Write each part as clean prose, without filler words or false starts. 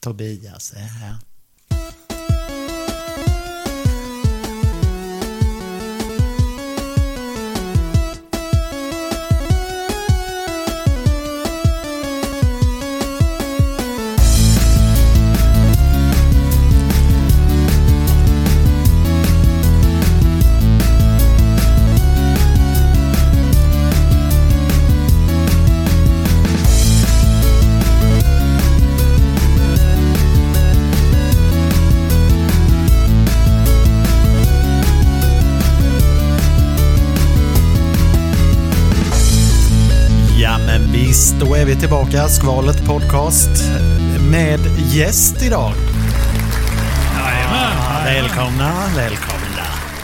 Tobias är här. Då är vi tillbaka, Skvalet podcast med gäst idag. Jajamän. Välkomna.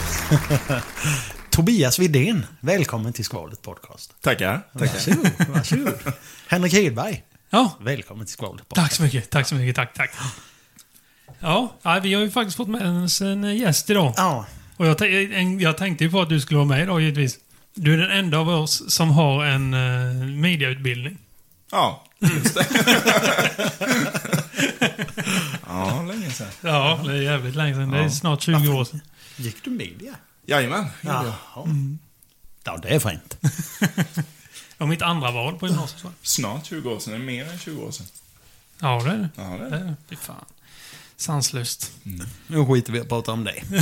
Tobias Widén, välkommen till Skvalet podcast. Tackar. Varsågod. Henrik Hedberg, Ja, välkommen till Skvalet podcast. tack så mycket. Tack. Ja, vi har ju faktiskt fått med oss en gäst idag. Ja, Och jag tänkte ju på att du skulle vara med idag, givetvis. Du är den enda av oss som har en mediautbildning. Ja, just det. Ja, länge sedan. Ja, det är jävligt länge sedan. Det är snart 20 år sedan. gick du media? Jajamän. Ja, ja, det är fint. Och mitt andra val på gymnasiet. Snart 20 år sedan, det är mer än 20 år sedan. Ja, det är det. Ja, det är Det det. är det. Fy fan. Sanslöst. Nu skiter vi att prata om det.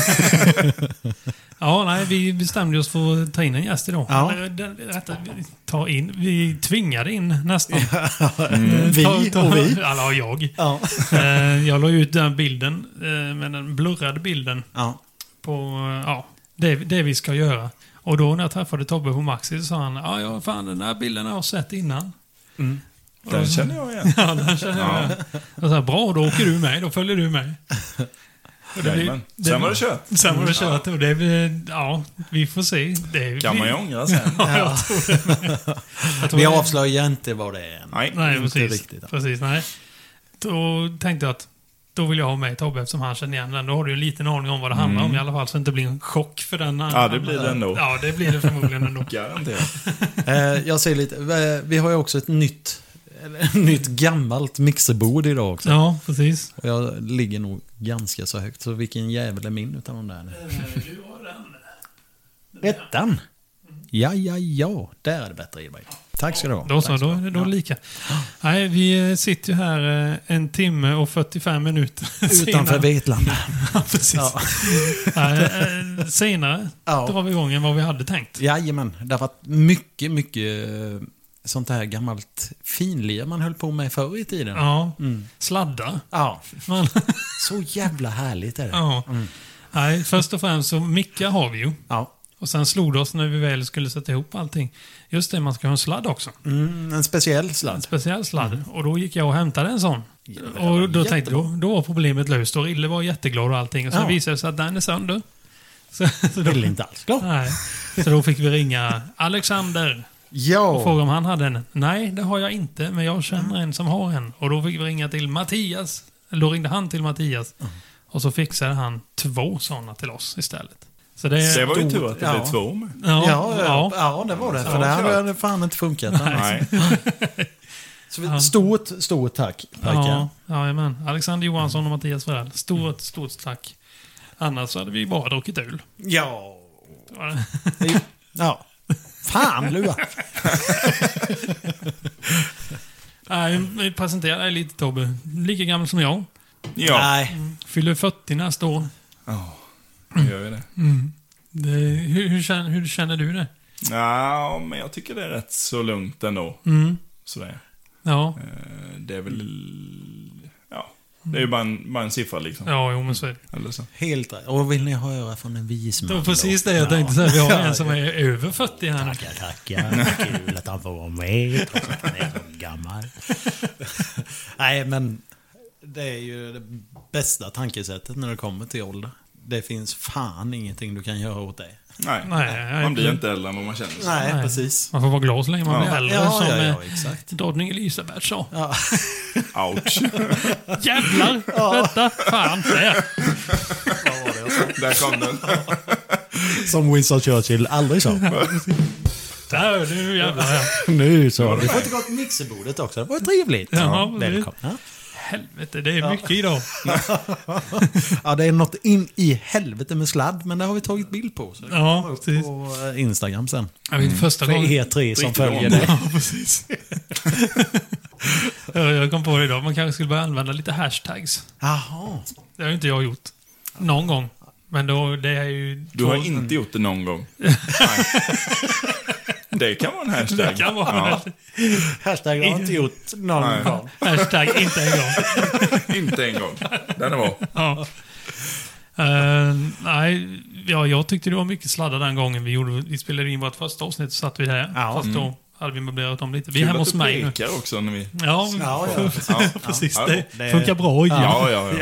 Ja, nej, vi bestämde oss för att ta in en gäst idag. Ja. Vi tvingade in nästan. Vi och vi. Eller jag. Ja. Jag la ut den bilden, med den blurrade bilden Ja. på det vi ska göra. Och då när jag träffade Tobbe på Maxi så sa han, ja fan, den här bilden har jag sett innan. Mm. Den känner jag igen. Ja, den känner jag igen. Och så här, bra, då åker du med, då följer du med. Och det Jajamän. Sen var det kört. Sen var det kört. Och det blir, vi får se. Kan man ju ångra sen. Ja. Jag tror Vi det- avslöjar inte vad det är. Nej. Nej, inte precis. riktigt, ja. Precis, nej. Då tänkte jag att då vill jag ha med Tobbe eftersom han känner igen den. Då har du en liten aning om vad det handlar om i alla fall, så det inte blir en chock för den. Ja, det blir det ändå. Ja, det blir det förmodligen ändå. Garanterat. Jag ser lite, vi har ju också ett nytt gammalt mixerbord idag också. Ja, precis. Och jag ligger nog ganska så högt, så vilken jävel är min utan de där nu? Du har den. Ettan! Ja, där är det bättre i mig. Tack ska du ha. Då så, då är det lika. Nej, vi sitter ju här 1 timme och 45 minuter Utanför Vetlanda. Ja, precis. Ja. Nej, senare Ja. drar vi igång än vad vi hade tänkt. Jajamän, därför att mycket sånt här gammalt finlir man höll på med förr i tiden. Ja, sladdar. Ja. Man, Så jävla härligt är det. ja. Nej, först och främst så mickar har vi ju. Ja. Och sen slog det oss när vi väl skulle sätta ihop allting. Just det, man ska ha en sladd också. En speciell En sladd. speciell sladd. Och då gick jag och hämtade en sån. Och då tänkte jag, då var problemet löst. Och Rille var jätteglad och allting. Och så Ja. visade det sig att den är sönder. Så då, Vill inte alls klart. nej. Så då fick vi ringa Alexander och Ja. fråga om han hade en. Nej, det har jag inte. Men jag känner en som har en. Och då fick vi ringa till Mattias. Eller då ringde han till Mattias. Och så fixade han 2 sådana till oss istället. Så Det var ju tur att det Ja. blev 2 med. Ja, det var det. För det här hade fan inte funkat. Nej. Så stort tack, pojkar. Jajamän. Alexander Johansson och Mattias Frell. Stort tack. Annars hade vi bara druckit öl. Ja. Det var det. Ja. Fan, Lua. Nej, vi presenterar dig lite, Tobbe. Lika gammal som jag. Ja, Nej. Fyller 40 nästa år. då gör vi det. Hur känner du det? Ja, men jag tycker det är rätt så lugnt ändå. Sådär. Ja. Det är väl... Ja, det är ju bara en siffra liksom. Ja, jo, men så är det. Eller så. Helt rätt. Och vill ni höra från en vis man? Det var precis det jag tänkte säga. Vi har en som är över 40 här nu. Tackar. Kul att han får vara med. Trots att han är så gammal. Nej, men det är ju det bästa tankesättet när det kommer till ålder. Det finns fan ingenting du kan göra åt det. Nej, Nej, man blir inte äldre än vad man känner sig. Nej, Nej. precis. Man får vara glad så länge man blir äldre. Ja, exakt. Drottning Elisabeth sa. Ja. Ouch. Jävlar! Vänta! Fan, där! Där kom den. Som Winston Churchill aldrig sa. Där, nu jävlar. Ja. Nu så. Vi får inte gå till mixerbordet också. Det var trevligt. Ja, Välkomna. helvete, det är mycket idag. Ja, det är något in i helvete med sladd, men det har vi tagit bild på. Så det Ja, kommer upp precis. på Instagram sen. Jag vet första För gången... er tre som Riktigt följer bra. det. Ja, precis. Jag kom på det idag. Man kanske skulle börja använda lite hashtags. Jaha. Det har ju inte jag gjort. Någon gång. Men då, det är ju... Du har inte gjort det någon gång. Nej. Det kan vara en hashtag. Det kan vara Ja. Hashtag har jag inte gjort någon Nej. gång. Hashtag inte en gång. Inte en gång. Den är bra. Ja. Nej, ja, jag tyckte det var mycket sladdar den gången vi spelade in vårt första avsnitt, så satt vi där. Ja. Fast då hade vi möblerat om lite. Vi är Kul hemma att hos du mig nu. pekar också när vi... Ja, Ja, Ja. precis. Ja. Det funkar bra. Ja. Ja.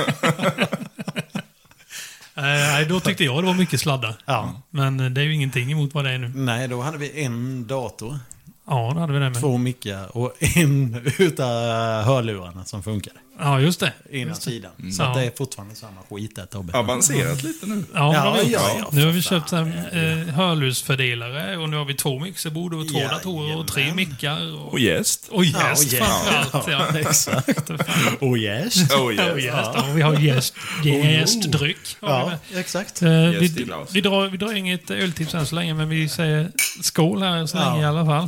Nej, då tyckte jag det var mycket sladdar. Ja. Men det är ju ingenting emot vad det är nu. Nej, då hade vi en dator, Ja, då hade vi det med. 2 mickar och en utav hörlurarna som funkade. Ja, just det. Ena sidan. Mm. Så att Ja. det är fortfarande samma skit där, Tobbe. Avancerat lite nu. Ja, det har vi gjort. ja, Nu har vi för köpt fan. hörlursfördelare och nu har vi 2 mixerbord och 2 Jajamän. datorer och 3 mickar. Och gäst. Och jäst Ja, framförallt. Ja. Exakt. Fan. Oh yes. Oh Och yes. jäst. Ja, vi har jästdryck. har vi Ja, med. exakt. Jäst i glas. Vi drar inget öltips än så länge, men vi säger skål här så länge Ja. i alla fall.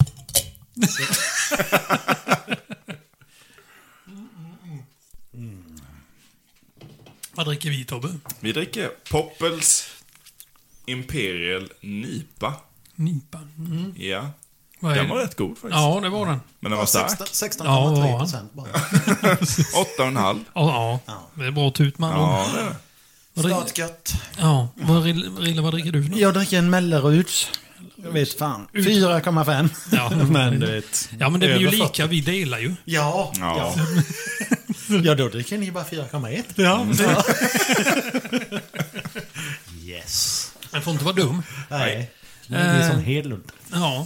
Vad dricker vi, Tobbe? Vi dricker Poppels Imperial Nipa. Nipa. Ja. Vad är Den det? var rätt god faktiskt. Ja, det var den. Men den var stark. 16,3% bara. 8,5. Ja, det är bra tut man. Ja, det är det. Vad dricker- Snart gött. Ja, vad dricker du för något? Jag dricker en Melleruds. Jag vet fan. 4,5. Ja. Men du vet. Ja, men det blir ju över 40. lika, vi delar ju. Ja. Ja. Ja, då dricker ni bara 4,1. Ja, Yes. Man får inte vara dum. Nej. Det är som Hedlund. Ja,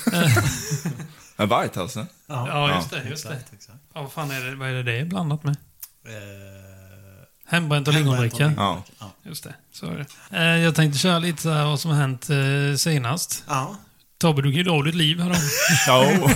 En Whitehalsen. ja just det. Exakt. Ja, vad fan är det, vad är det är blandat med? Eh, Hembränt och lingondricka. Ja. Just det, så är det. Jag tänkte köra lite så här vad som har hänt senast. Ja. Tobbe, du kan ju dra ditt liv här då. Ja.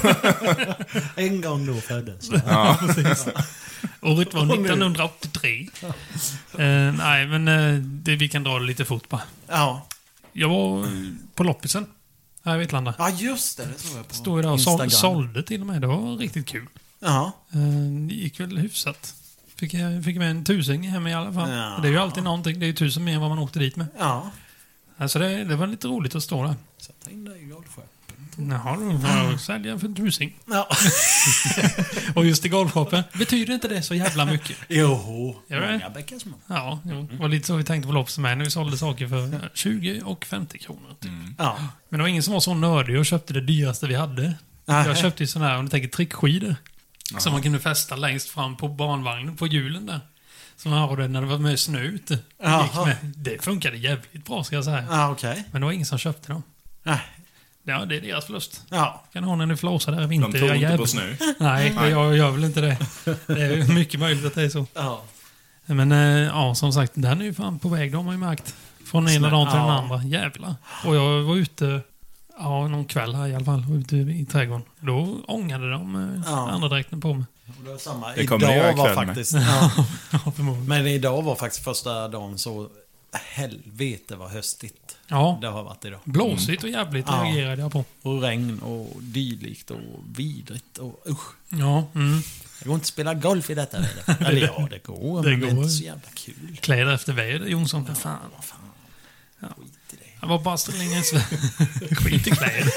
En gång då föddes. Ja. Året var 1983. Nej, men vi kan dra det lite fort bara. Ja. Jag var på loppisen här i Vetlanda. Ja, just det. Det såg jag på Stod ju där och Instagram. sålde till och med. Det var riktigt kul. Ja. Det gick väl hyfsat. Fick med en 1000 hem i alla fall. Ja. Det är ju alltid någonting. Det är ju 1000 mer än vad man åkte dit med. Ja. Alltså det var lite roligt att stå där. Sätta in det i golfskeppet. Jaha, då får jag sälja för 1000. Ja. Och just i golfshoppen betyder inte det så jävla mycket. Jo. Gör det? Många bäckar små. Ja, jo. Det var lite så vi tänkte på loppisen med när vi sålde saker för 20 och 50 kronor. Typ. Ja. Men det var ingen som var så nördig och köpte det dyraste vi hade. Nej. Jag köpte ju sådana här, om du tänker trickskidor. Som man kunde fästa längst fram på barnvagnen, på hjulen där. Som man hade när det var med snö ute. Gick med. Det funkade jävligt bra, ska jag säga. Ja, okej. Men det var ingen som köpte dem. Nej. Ja, det är deras förlust. Ja. Kan ha när ni flåsar där i De vinter. tror jag inte jävlar. på snö. Nej, jag gör väl inte det. Det är mycket möjligt att det är så. Ja. Men ja, som sagt, den är ju fan på väg. De har ju märkt. Från den ena dagen till den andra. Jävlar. Och jag var ute, någon kväll här i alla fall, ute i trädgården. Då ångade de andra dräkten på mig. Och det var samma. Det kommer jag Idag var ikväll med. faktiskt... Ja. Ja, förmodligen. Men idag var faktiskt första dagen så... Helvete vad höstigt Ja, det har varit idag. blåsigt och jävligt Ja. reagerade jag på. Och regn och dylikt och vidrigt och usch. Ja, Det går inte att spela golf i detta väder. Eller ja, det går. Det Men det är går. inte så jävla kul. kläder efter väder, Jonsson. För fan. Ja. Skit i det. Jag var på Astrid skit i kläder.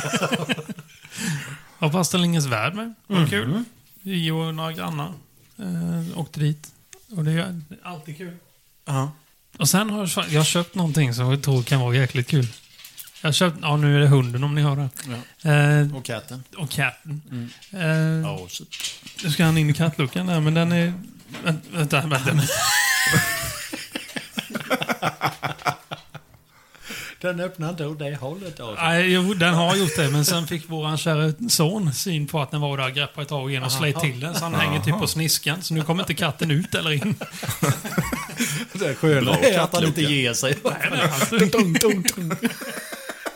Jag var på Astrid Värld med. Det var kul. Vi och några grannar åkte dit. Och det är alltid kul. Ja. Och sen har jag köpt någonting som jag tror kan vara jäkligt kul. Jag har köpt, nu är det hunden om ni hör det. Och katten. Och katten. Ja, så. Nu ska han in i kattluckan där, men den är... Vänta. Den öppnar inte åt det hållet. Nej, jo, den har gjort det, men sen fick våran kära son syn på att den var där, greppade ett tag igen och slet till den, så han hänger typ på sniskan, så nu kommer inte katten ut eller in. Det sköna Bra är att han inte kattlucka. ger sig. Nej,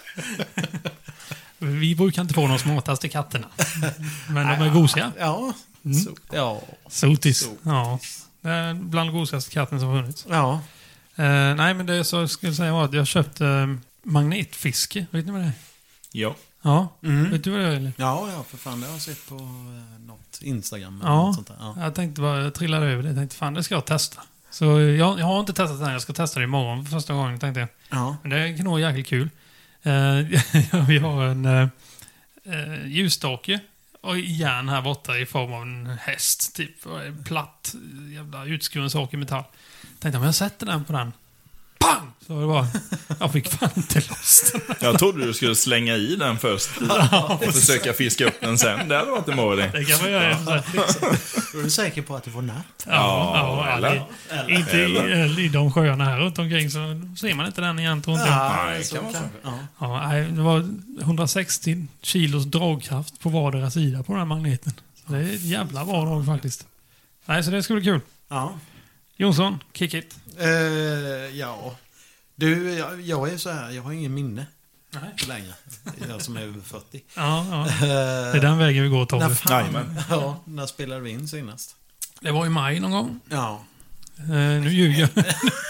Vi brukar inte få de smartaste katterna. Men de är gosiga. Ja, Ja. Sotis. Ja. Det är bland gosigaste katten som funnits. Ja. Nej, men det jag skulle säga var att jag köpte magnetfiske. Vet ni vad det är? Ja. Ja. Vet du vad det är, eller? Ja, för fan. Det har jag sett på något Instagram. Eller Ja. något sånt där. Ja. Jag tänkte bara, jag trillade över det. Jag tänkte, fan, det ska jag testa. Så jag har inte testat det än. Jag ska testa det imorgon för första gången, tänkte jag. Ja. Men det kan nog vara jäkligt kul. Vi har en ljusstake och järn här borta i form av en häst. Typ en platt, jävla utskuren sak i metall. Tänkte jag, men jag sätter den på den. Pang! Så var det bara. Jag fick fan inte loss den. Jag trodde du skulle slänga i den först. Och försöka fiska upp den sen. Det hade varit en bra idé. Det kan man göra. Är du säker på att du får napp? Eller? Inte i de sjöarna här runt omkring så ser man inte den igen, tror inte jag. Nej, så kan man säga. Ja. Ja, nej, det var 160 kilos dragkraft på vardera sida på den här magneten. Så det är ett jävla bra drag faktiskt. Nej, så det ska bli kul. Ja. Jonsson, kick it. Ja. Du, jag är så här. Jag har ingen minne Nej. längre. Jag som är över 40. Ja. Det är den vägen vi går, Tobbe. När fan? Jajamän. Ja, när spelade vi in senast? Det var i maj någon gång. Ja. Nu ljuger jag.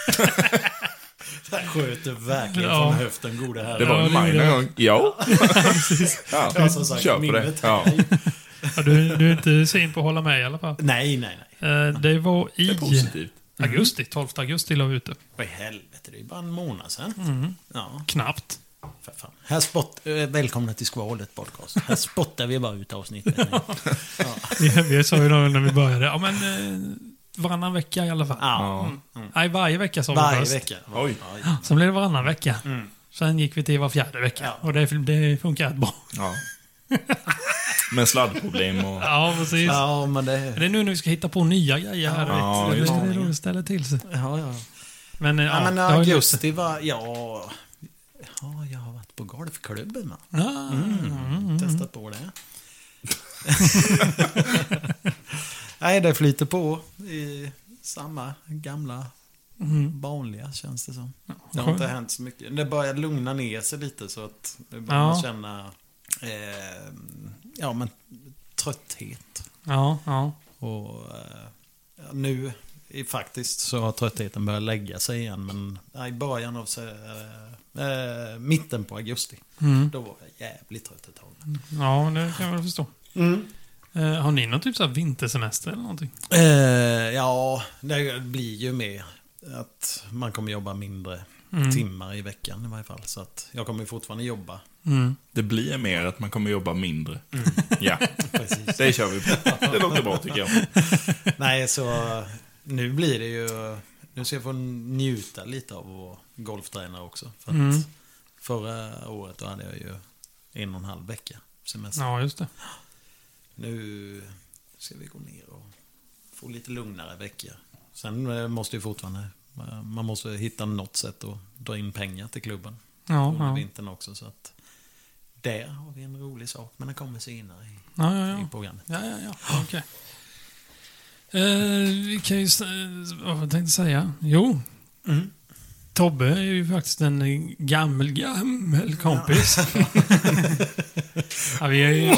Där sköt du verkligen Ja. från höften, gode här. Det var en maj någon gång. Ja. Ja, Ja, som sagt, kör på det. minnet. Ja. Ja, du är inte sen på att hålla med i alla fall. Nej. Det var Det är i positivt. augusti. 12 augusti la vi ute. Vad i helvete, det är bara en månad sedan. Mm. Ja, Knappt. för fan. Här välkomna till Skvalet podcast. Här spottar vi bara ut avsnittet. Vi sa ju då när vi började. Ja, men varannan vecka i alla fall. Ja. Nej, varje vecka sa vi Varje först. vecka. Oj. Sen blev det varannan vecka. Mm. Sen gick vi till var fjärde vecka. Ja. Och det funkar bra. Ja. Med sladdproblem och... Ja, precis. Ja, men det... Det är nu när vi ska hitta på nya grejer här. Ja, vet. just Det är då det ställer till sig. Ja. Men, Ja, men det har ju augusti var... Ja, jag har varit på golfklubben, man. Testat på det. Nej, det flyter på i samma gamla vanliga, känns det som. Det har inte hänt så mycket. Det börjar lugna ner sig lite så att nu börjar man känna men trötthet. Ja. Och nu faktiskt så har tröttheten börjat lägga sig igen, men i början av mitten på augusti då var jag jävligt trött ett tag. Ja, det kan jag väl förstå. Har ni någon typ så här vintersemester eller någonting? Ja, det blir ju mer att man kommer jobba mindre timmar i veckan i varje fall. Så att jag kommer ju fortfarande jobba. Det blir mer att man kommer jobba mindre. Ja, Precis. det kör vi på. Det låter bra, tycker jag. Nej, så nu blir det ju... Nu ska jag få njuta lite av att vara golfträna också. För att förra året då hade jag ju 1,5 vecka semester. Ja, just det. Nu ska vi gå ner och få lite lugnare veckor. Sen måste ju fortfarande... Man måste hitta något sätt att dra in pengar till klubben. Under vintern också. Så att där har vi en rolig sak. Men den kommer senare i programmet. Ja. Okej. Vi kan ju... Vad tänkte jag säga? Jo. Tobbe är ju faktiskt en gammal kompis. Vi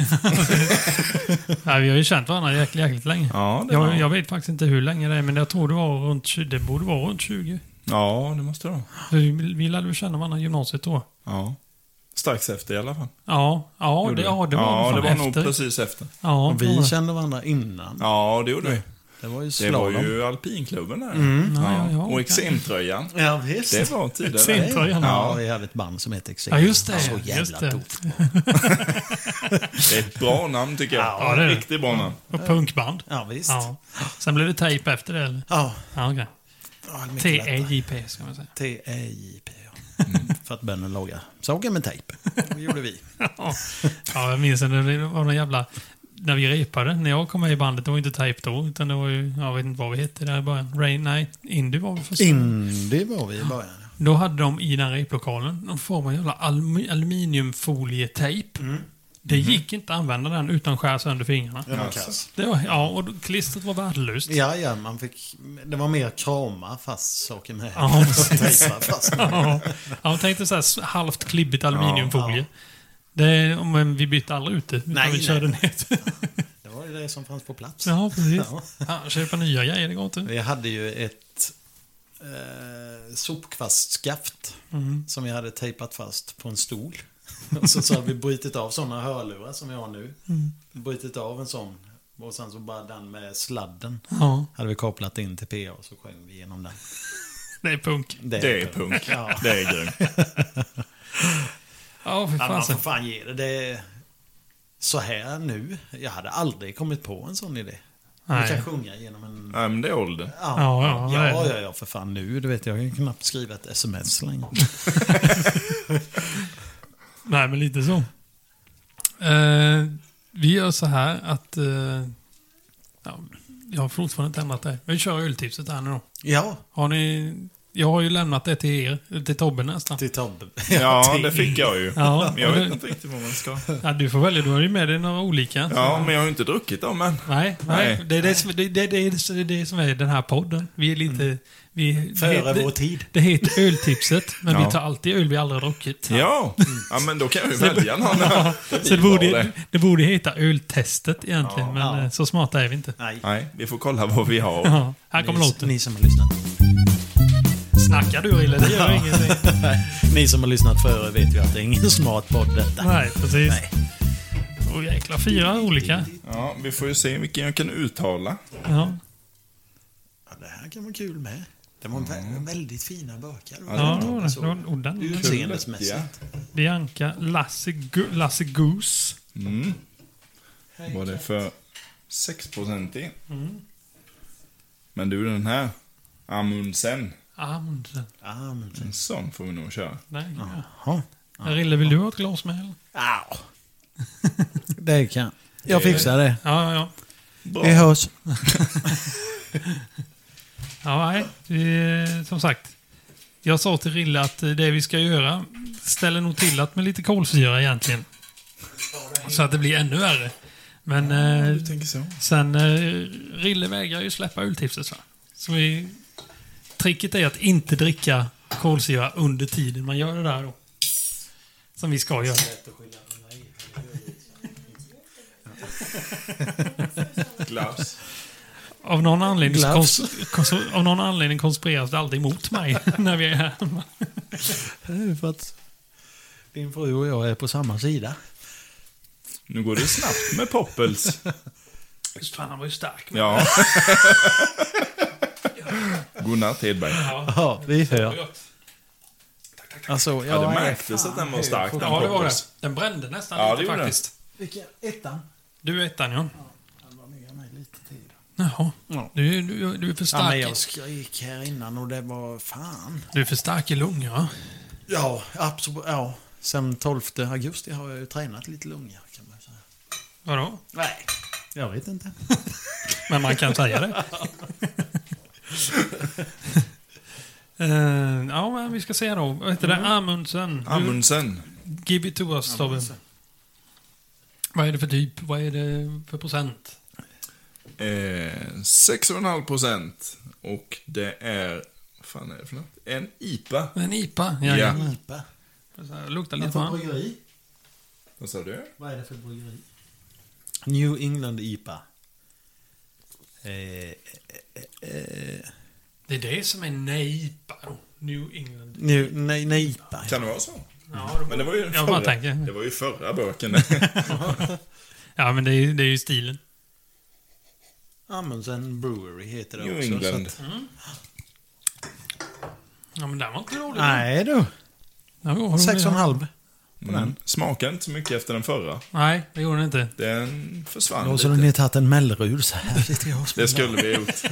har ju känt varandra jäkligt länge. Ja, det Jag vet faktiskt inte hur länge det är, men jag tror det borde vara runt 20. Ja, det måste det vara. Vi lärde väl känna varandra i gymnasiet då. Ja. Strax efter i alla fall. Det var det fan var nog efter. precis efter. Ja, Och vi kände varandra innan. Ja, det gjorde vi. Det var ju Det slalom. var ju alpinklubben där. Ja, Och exemtröjan. Ja, visst. Det var tidigare. Exemtröjan. Ja, vi hade ett band som hette Exem. Ja, just det. Så Just jävla det. tufft. Det är ett bra namn, tycker jag. Ja, det är det. Riktigt bra namn. Och punkband. Ja, visst. Ja. Sen blev det tejp efter det, eller? Ja. Ja, okej. Ja, mycket lättare. TEJP, ska man säga. TEJP, ja. För att bönnen lagar saker med tejp. Det gjorde vi. Ja, jag minns det var någon jävla... När vi repade, när jag kom med i bandet, det var inte tejp då, utan det var ju, jag vet inte vad vi hette där i början. Indy var vi först. Indy var vi i början. Då hade de i den replokalen någon form av jävla aluminiumfolietejp. Det gick inte att använda den utan skär sönder fingrarna. Det var, och klistret var värdelöst. Ja, man fick... Det var mer krama fast saker med. Ja, precis. Tejpa fast. Jag tänkte så här halvt klibbigt aluminiumfolie. Men vi bytte aldrig ut det. Utan vi körde ner. Det Det var ju det som fanns på plats. Ja, precis. Ja. Ja, köpa nya grejer, det går inte. Vi hade ju ett sopkvastskaft som vi hade tejpat fast på en stol. Och så har vi brytit av sådana hörlurar som vi har nu. Brytit av en sån. Och sen så bara den med sladden. Ja, Hade vi kopplat in till PA och så sjöng vi igenom den. det är punk. Det är punk. Ja. Det är grymt. Ja, för Ja, man får fan. fan ge det. Det är så här nu. Jag hade aldrig kommit på en sån idé. Man Nej. kan sjunga genom en... Nej, men det är ålder. Ja, för fan nu. Du vet, jag kan knappt skriva ett sms längre. Nej, men lite så. Vi gör så här att... ja, jag har fortfarande inte ändrat det. Vi kör öltipset här nu då. Ja, Har ni... Jag har ju lämnat det till er, till Tobbe nästan. till Tobbe. Ja, det fick jag ju. Ja, Men jag vet inte riktigt vad man ska. Ja, du får välja, du har ju med dig några olika. Ja, men jag har ju inte druckit dem än. Nej. Det är det som är den här podden. Vi är lite... Före vår tid. Det heter öltipset, men Ja. vi tar alltid öl vi aldrig har druckit. Ja, men då kan jag ju välja någon. Så det borde heta öltestet egentligen, men Ja. så smarta är vi inte. Nej. Nej, vi får kolla vad vi har. Ja, här kommer låten. Ni som har lyssnat. Snackar du, Rille? Det gör ingenting. Ni som har lyssnat före vet ju att det är ingen smart podd detta. Nej, precis. Nej. Och jäkla 4 olika. Ja, vi får ju se vilken jag kan uttala. Ja, Ja, det här kan vara kul med. Det var väldigt fina burkar. ja det var det. Och den Utseendesmässigt. Bianca Lasse Goose. Mm. Vad är det för 6% i? Men du, den här Amundsen. Amundsen. En sån får vi nog köra. Nej, Jaha. Rille, vill du ha ett glas med? Eller? Ja. Det kan jag fixar det. Ja. Bra. Vi hörs. Ja, nej. Som sagt. Jag sa till Rille att det vi ska göra ställer nog till att med lite kolsyra egentligen. Så att det blir ännu värre. Men Du tänker så? sen Rille vägrar ju släppa öltipset. Så tricket är att inte dricka kolsyra under tiden man gör det där då. Som vi ska göra. Glass. Av någon anledning, Gloves. av någon anledning konspireras det alltid mot mig när vi är här. Det är för att din fru och jag är på samma sida. Nu går det snabbt med Poppels. Just fan, han var ju stark. Ja. Godnatt, Hedberg. Ja, vi hör. Alltså, Ja, det jag är märktes att den var stark, den Ja, det var det. Poppels. Den brände nästan Ja, det lite gjorde den. faktiskt. Vilken? Ettan? Du är ettan, ja. Han var med mig lite tid. Jaha. Ja. Du är för Ja, men stark. jag skrek här innan och det var fan. Du är för stark i lungor, va? Ja, absolut. Ja. Sen 12 augusti har jag ju tränat lite lungor kan man säga. Vadå? Nej, jag vet inte. Men man kan säga det. Ja, men vi ska se då. Vad heter det? Amundsen. Amundsen. Give it to us, Tobbe. Vad är det för typ? Vad är det för procent? 6,5%. Och det är... Vad fan är det för något? En IPA. En IPA. Ja. Ja. IPA. Luktar Vad lite, för va? bryggeri? Vad sa du? Vad är det för bryggeri? New England IPA. Det är det som är nejpa då. New England. Nej, IPA. Kan det vara så? Ja, Men det var ju jag bara tänker. det var ju förra burken. Ja, men det är ju stilen. Amundsen Brewery heter det New också. England. Så Ja, men den var inte dålig. nej du. Ja, 6,5 på den. Smakar inte så mycket efter den förra. Nej, det gjorde den inte. Den försvann Då så lite. ni tagit en Mellerud så här sitter jag och Det spelar. skulle vi ha gjort.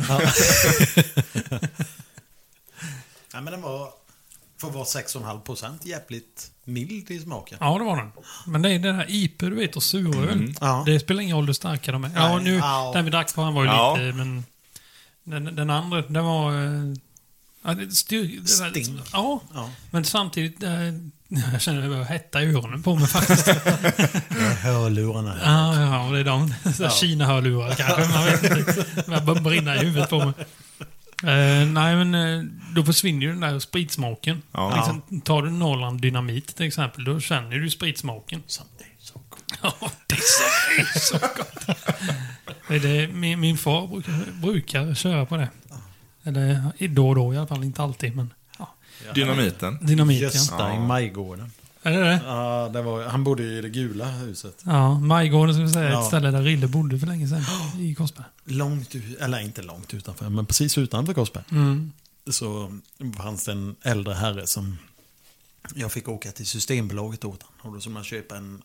Ja, men den var... För att vara 6,5% jävligt mild i smaken. Ja, det var den. Men det är den här IPA, du vet, och suröl. Ja. Det spelar ingen roll hur starka de är. Ja, Nej, nu, ja. den vi drack på han var ju Ja. lite, men... Den andra, den var... Ja, det Sting. Ja, Ja. men samtidigt... Jag känner att det börjar hetta i öronen på mig faktiskt. Hörlurarna. Ja, det är de. Kina-hörlurar kanske. Man vet inte. Det börjar brinna i huvudet på mig. Nej, men då försvinner ju den där spritsmaken. Ja. Liksom, tar du Norrland Dynamit till exempel, då känner du spritsmaken. Som det är så gott. Ja, det är så gott. Det är det, min far brukar köra på det. Eller då och då i alla fall, inte alltid. Men, ja. Dynamiten. Dynamit, Gösta i Majgården. Är det? Ja, han bodde i det gula huset. Ja, Majgården skulle jag säga. Ja. Ett ställe där Rille bodde för länge sedan. I Korsberg. Eller inte långt utanför, men precis utanför Korsberg. Mm. Så fanns det en äldre herre som jag fick åka till Systembolaget åt han. Och då skulle man köpa en...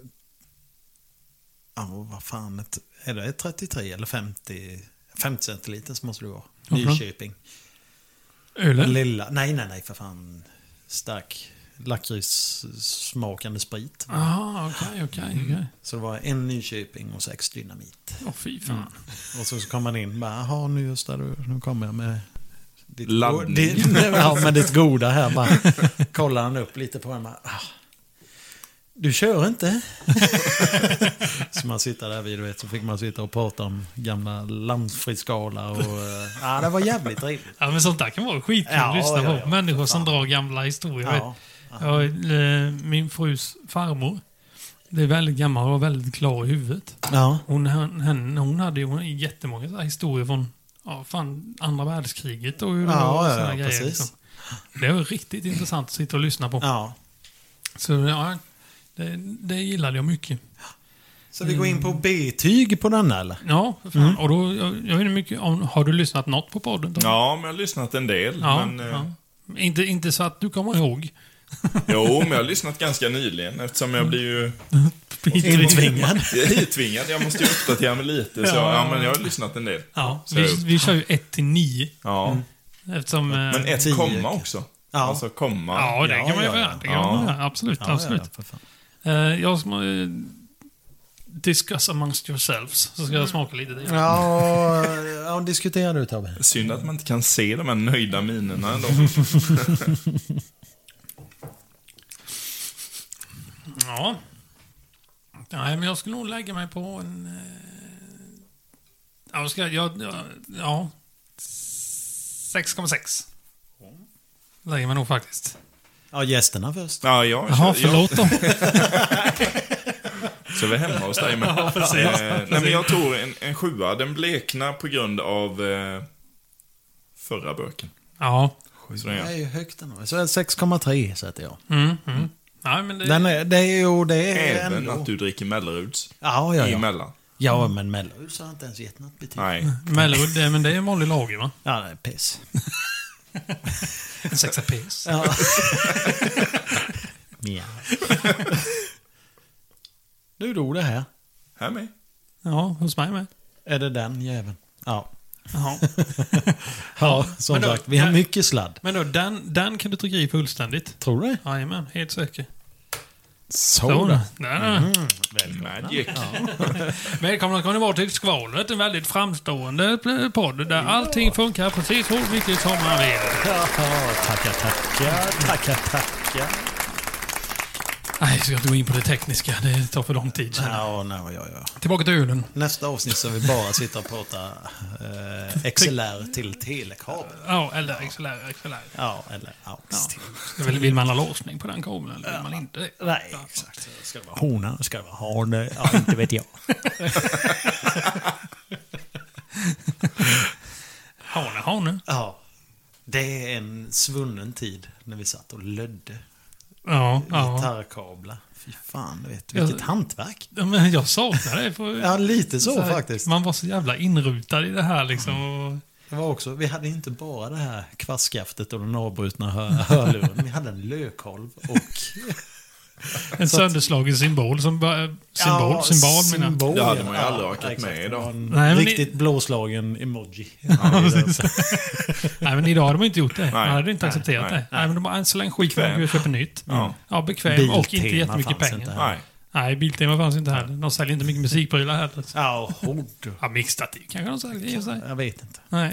vad fan, är det 33 eller 50 centiliter så måste det vara. Nyköping. Ölen? Lilla, nej för fan. Stark lakritssmakande sprit. Jaha, okej. Så det var en Nyköping och 6 dynamit. Åh, fy fan. Och så kom man in bara, jaha nu just där, nu kommer jag med Laddning. med ditt goda här. Bara, kollar han upp lite på henne. Du kör inte? Så man sitter där vid, du vet, så fick man sitta och prata om gamla landsfriskala och... det var jävligt trevligt. Ja, men sånt där kan vara skitkul att lyssna på. Människor som drar gamla historier. Ja, min frus farmor, det är väldigt gammal och väldigt klar i huvudet. Ja. Hon hade ju jättemånga så här historier från andra världskriget och sådana grejer. Precis. Liksom. Det var riktigt intressant att sitta och lyssna på. Ja. Så ja, det gillade jag mycket. Så vi går in på betyg på den eller? Ja, för fan. Och då, jag vet inte mycket har du lyssnat något på podden? Tom? Ja, men jag har lyssnat en del. Ja, men, ja. Inte så att du kommer ihåg. Jo, men jag har lyssnat ganska nyligen eftersom jag blir ju Intvingad. tvingad. Jag måste ju uppdatera mig lite. Så, men jag har lyssnat en del. Ja, vi kör ju 1-9. Ja. Eftersom, Men 1 komma också. Ja. Alltså komma. Ja, det kan man ju göra. Det kan man göra. Absolut. Ja, för fan. Jag ska discuss amongst yourselves. Så ska jag smaka lite det. Ja, diskutera du Tobbe. Synd att man inte kan se de här nöjda minerna ändå. Ja. Nej, men jag skulle nog lägga mig på en... Ja, 6,6. Lägger mig nog faktiskt. Ja, gästerna först. Ja, Jaha, förlåt då. Så vi är hemma hos dig med. Ja, precis. Nej, men jag tror en 7. Den bleknar på grund av förra burken. Ja. Så Det är ju högt ändå. Så 6,3 sätter jag. Nej, men det... Det är Även ändå... att du dricker Melleruds Ja. emellan. Ja, men Mellerud har inte ens gett något betyg. Nej. Mellerud, men det är en vanlig lager, va? Ja, det är piss. En 6 PS. Ja. Mjau. Nu dog det här. Här med. Ja, hos mig med. Är det den jäveln? Ja. Jaha. Ja, som Men då- sagt. Vi har mycket sladd. Men då, den kan du trycka i fullständigt. Tror du det? Jajamän, helt säker. Så Där. Magic. Välkomna ska ni vara till Skvallret, en väldigt framstående podd där allting funkar precis hur mycket som man vill. Ja, tackar. Nej, jag ska inte gå in på det tekniska. Det tar för lång tid. Ja. Tillbaka till ölen. Nästa avsnitt så vi bara sitta och prata XLR till telekabel. Ja, eller XLR. Ja, eller AUX till. Vill man ha låsning på den kabeln eller vill man inte det? Nej, exakt. Ska det vara hona? Ska det vara hane? Ja, inte vet jag. Hane. Ja. Det är en svunnen tid när vi satt och lödde Ja. gitarrkablar. Fy fan, vet du. Vilket hantverk. Ja, men jag saknar det. Ja, lite så här, faktiskt. Man var så jävla inrutad i det här liksom. Det var också, vi hade inte bara det här kvastskaftet och den avbrutna hörluren. Vi hade en lökkolv och... En sönderslagen symbol som symbol menar jag. Det hade man ju aldrig orkat med idag. En riktigt blåslagen emoji. Nej, men idag hade man inte gjort det. Man hade inte accepterat nej. det. Nej, men de bara, så länge skit man köpa nytt. Ja, bekväm Biltema och inte jättemycket fanns pengar. inte Nej. Nej, Biltema fanns inte heller. De säljer inte mycket musikprylar heller. Ja, hord. Ja, mixtativ kanske de säljer i och för sig. Jag vet inte. Nej.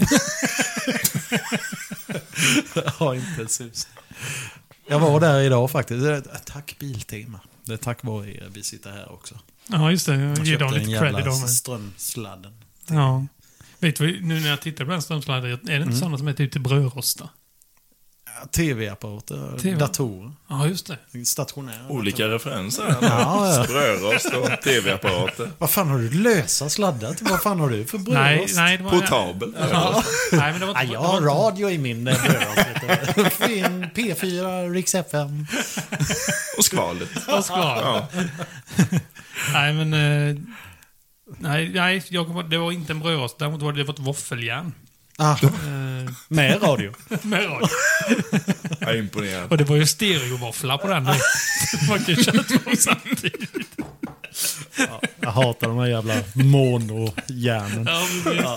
Jag har inte en sus. Jag var där idag faktiskt. Tack Biltema. Det är tack vare er vi sitter här också. Ja, just det. Jag Ge dem köpte en lite cred jävla idag med. strömsladden. Ja. Vet du, nu när jag tittar på den strömsladden, är det inte sådana som heter ute brödrosta? TV-apparater, datorer, Ja, just det. stationära. Olika referenser här. Ja. Brödrost och tv-apparater. Vad fan har du lösa sladdar till? Vad fan har du för brödrost? Nej, det var... Portabel. Nej, men det var Ja, inte... jag har radio i min brödrost. Fin P4, Rix FM. Och skvalet. Vad ska Ja. Nej, men... Nej, det var inte en brödrost. Däremot var det ett våffeljärn. Ah, Eh, med radio. med radio. Jag är imponerad. Och det var ju stereovåfflar på den. Man kan köra två samtidigt. Ja, jag hatar de här jävla mono-hjärnen. Ja,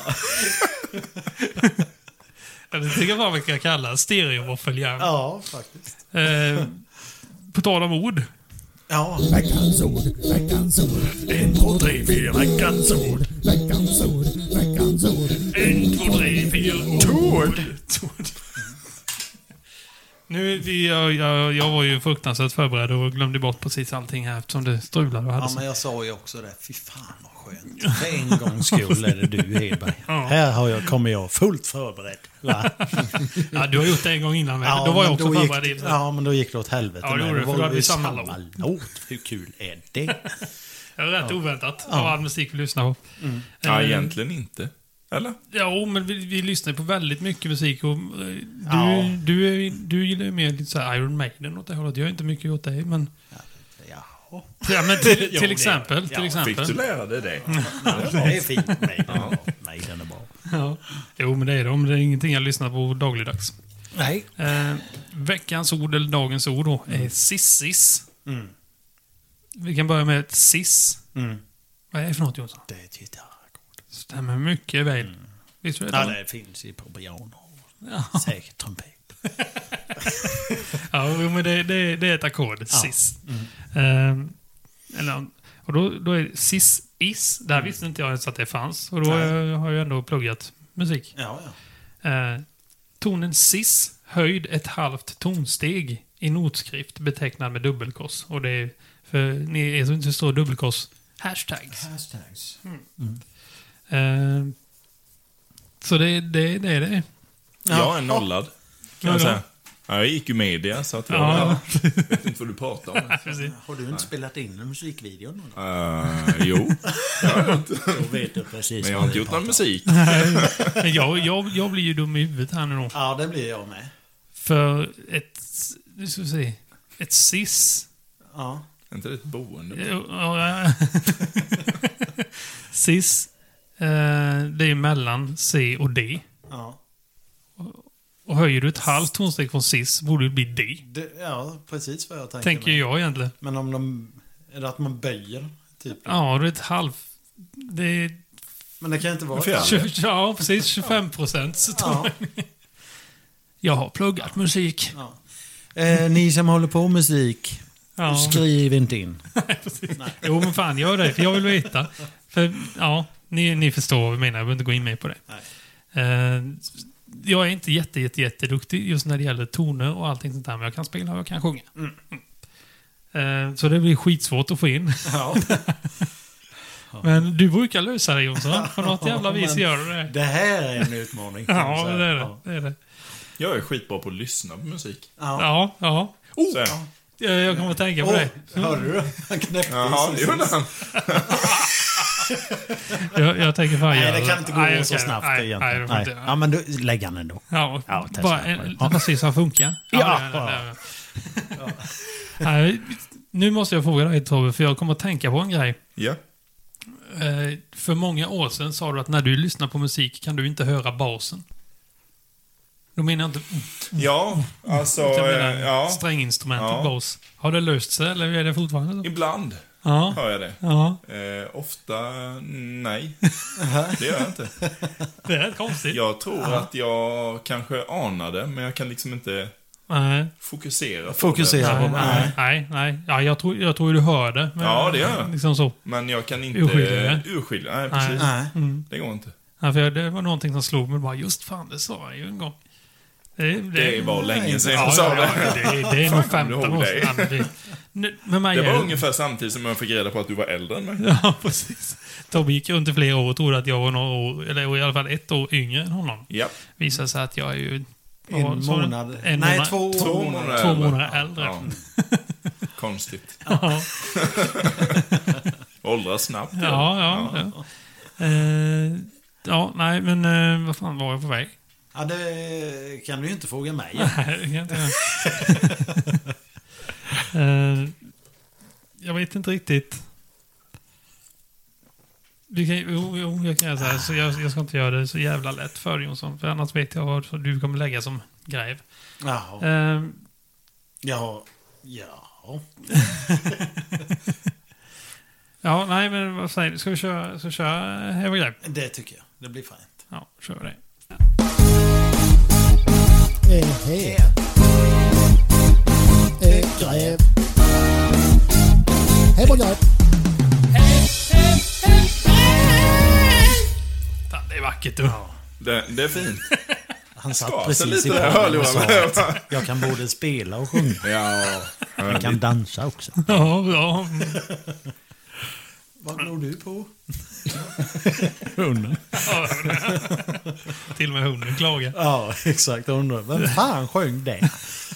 men det tycker jag bara vi kan kalla stereovåffeljärn. Ja, faktiskt. På tal om ord. Ja. Veckans ord, veckans ord. 1, 2, 3, 4, veckans ord. Veckans ord, veckans ord. 1, 2, 3, 4, Tord! Jag var ju fruktansvärt förberedd och glömde bort precis allting här eftersom det strulade och hade Ja, men jag sa ju också det. Fy fan vad skönt. För en gångs skull är det du, Hedberg. Ja. Här kommer jag fullt förberedd. Va? Ja, du har gjort det en gång innan, men då var jag men också då förberedd. gick, ja, men då gick det åt helvete. Ja, det gjorde det, för då hade vi samma låt. Hur kul är det? Det är rätt oväntat av all musik vi lyssnar på. Ja, egentligen inte. Eller? Ja, men vi lyssnar på väldigt mycket musik och Ja. du gillar ju mer lite så här Iron Maiden åt det hållet. Jag har inte mycket åt dig, men... Ja, Ja, men till exempel. Fick du lära dig det? det är fint. Nej, den är bra. Ja. Jo, men det är det. Om det är ingenting jag lyssnar på dagligdags. Nej. Veckans ord, eller dagens ord då, är sissis. Mm. Vi kan börja med ett sis. Mm. Vad är det för något, Jonsson? Det är ett gitarrackord. Stämmer mycket väl. Visst du det? Ja, det finns ju på piano. Ja. Säkert trumpet. Ja, jo, men det är ett ackord. Sis. Och då är det sis-is. Där visste inte jag ens att det fanns. Och då har jag ändå pluggat musik. Ja. Tonen sis, höjd ett halvt tonsteg i notskrift betecknad med dubbelkors. Och det är, för ni är som inte står dubbelkors, hashtags. Så det är det. Jag är nollad. Kan jag säga. Ja, jag gick ju media, så att jag vet inte vad du pratar om. Precis. Har du inte spelat in en musikvideo någon? Jo, Då vet du precis men jag vad har inte vi gjort någon pratar om. musik. Men jag blir ju dum i huvudet här nu då. Ja, det blir jag med. För ett sis. Ja. Är inte det ett boende? Sis, det är mellan C och D. Ja. Och höjer du ett halvt tonsteg från cis borde det bli D. Ja, precis vad jag Tänker mig. jag egentligen. Men om är det att man böjer? Typ. Ja, det är ett halv... Det är... Men det kan inte vara Fjärde. Ja, precis. 25%. Så Ja. Jag har pluggat musik. Ja. Ni som håller på med musik, Ja. skriv inte in. Precis. Jo, men fan, gör det. För jag vill veta. För, ja, ni förstår vad vi menar. Jag behöver inte gå in mer på det. Jag är inte jätteduktig just när det gäller toner och allting sånt där. Men jag kan spela och jag kan sjunga. Så det blir skitsvårt att få in. Ja. Men du brukar lösa det, Jonsson. På något jävla vis gör du det. Det här är en utmaning. kan man Ja, säga. det är det. Ja. Det är det. Jag är skitbra på att lyssna på musik. Ja. Ja. Så här. Jag kommer att tänka på det. Hörde du? Han knäppte Jaha, i det gjorde han. Jag tänker fan Nej, göra det kan inte gå Nej, så okej. snabbt Nej, egentligen. nej, det får inte. Ja, men du, lägg han ändå. Ja, Ja, testa. bara precis som funkar. Ja. Nej, nu måste jag fråga dig, Tobbe, för jag kommer att tänka på en grej. Ja. För många år sedan sa du att när du lyssnar på musik kan du inte höra basen. Då menar jag inte... Ja, alltså... Jag menar Ja, stränginstrumentet, Ja. bas. Har det löst sig, eller är det fortfarande så? ibland Ja. hör jag det. Ja. Ofta nej. Det gör jag inte. Det är rätt konstigt. Jag tror att jag kanske anade, men jag kan liksom inte Nej. fokusera på Fokusera. det. Nej. Ja, jag tror du hör det. Men, Ja, det gör jag. Liksom så. Men jag kan inte Urskilja. Nej, precis. Nej. Det går inte. Ja, för det var någonting som slog mig bara, just fan, det sa jag ju en gång. Det var länge sedan Ja, jag sa det. det är nog Fan, kommer du 15 ihåg år det? sedan. Med mig Det var är- ungefär samtidigt som jag fick reda på att du var äldre än mig. Ja, precis. Tobbe gick runt i flera år och trodde att jag var några år, eller i alla fall ett år yngre än honom. Ja. Visade sig att jag är ju En sa du? månad. En Nej, månad. 2 månader. 2 månader äldre. Ja. Konstigt. Ja, Åldras snabbt. ja. Ja, nej, men vad fan var jag på väg? Ja, det kan du ju inte fråga mig. Nej, det kan jag inte göra. Jag vet inte riktigt. Jag kan göra så här. Så jag ska inte göra det så jävla lätt för dig, Jonsson. För annars vet jag vad du kommer lägga som grej. Jaha. Ja, Ja. ja, nej, men vad säger du? Ska vi köra här och grej? Det tycker jag. Det blir fint. Ja, kör vi det. Hej. Gräv. Hej på gräv. Fan, det är vackert du. Ja. Det är fint. Han satt Skar sig precis i lite där, podden och hörlurarna. sa att jag kan både spela och sjunga. Ja. Jag kan dansa också. Ja. Vad glor du på? Hunden. Till och med hunden klagar. Ja, exakt. Jag undrar, vem fan sjöng det?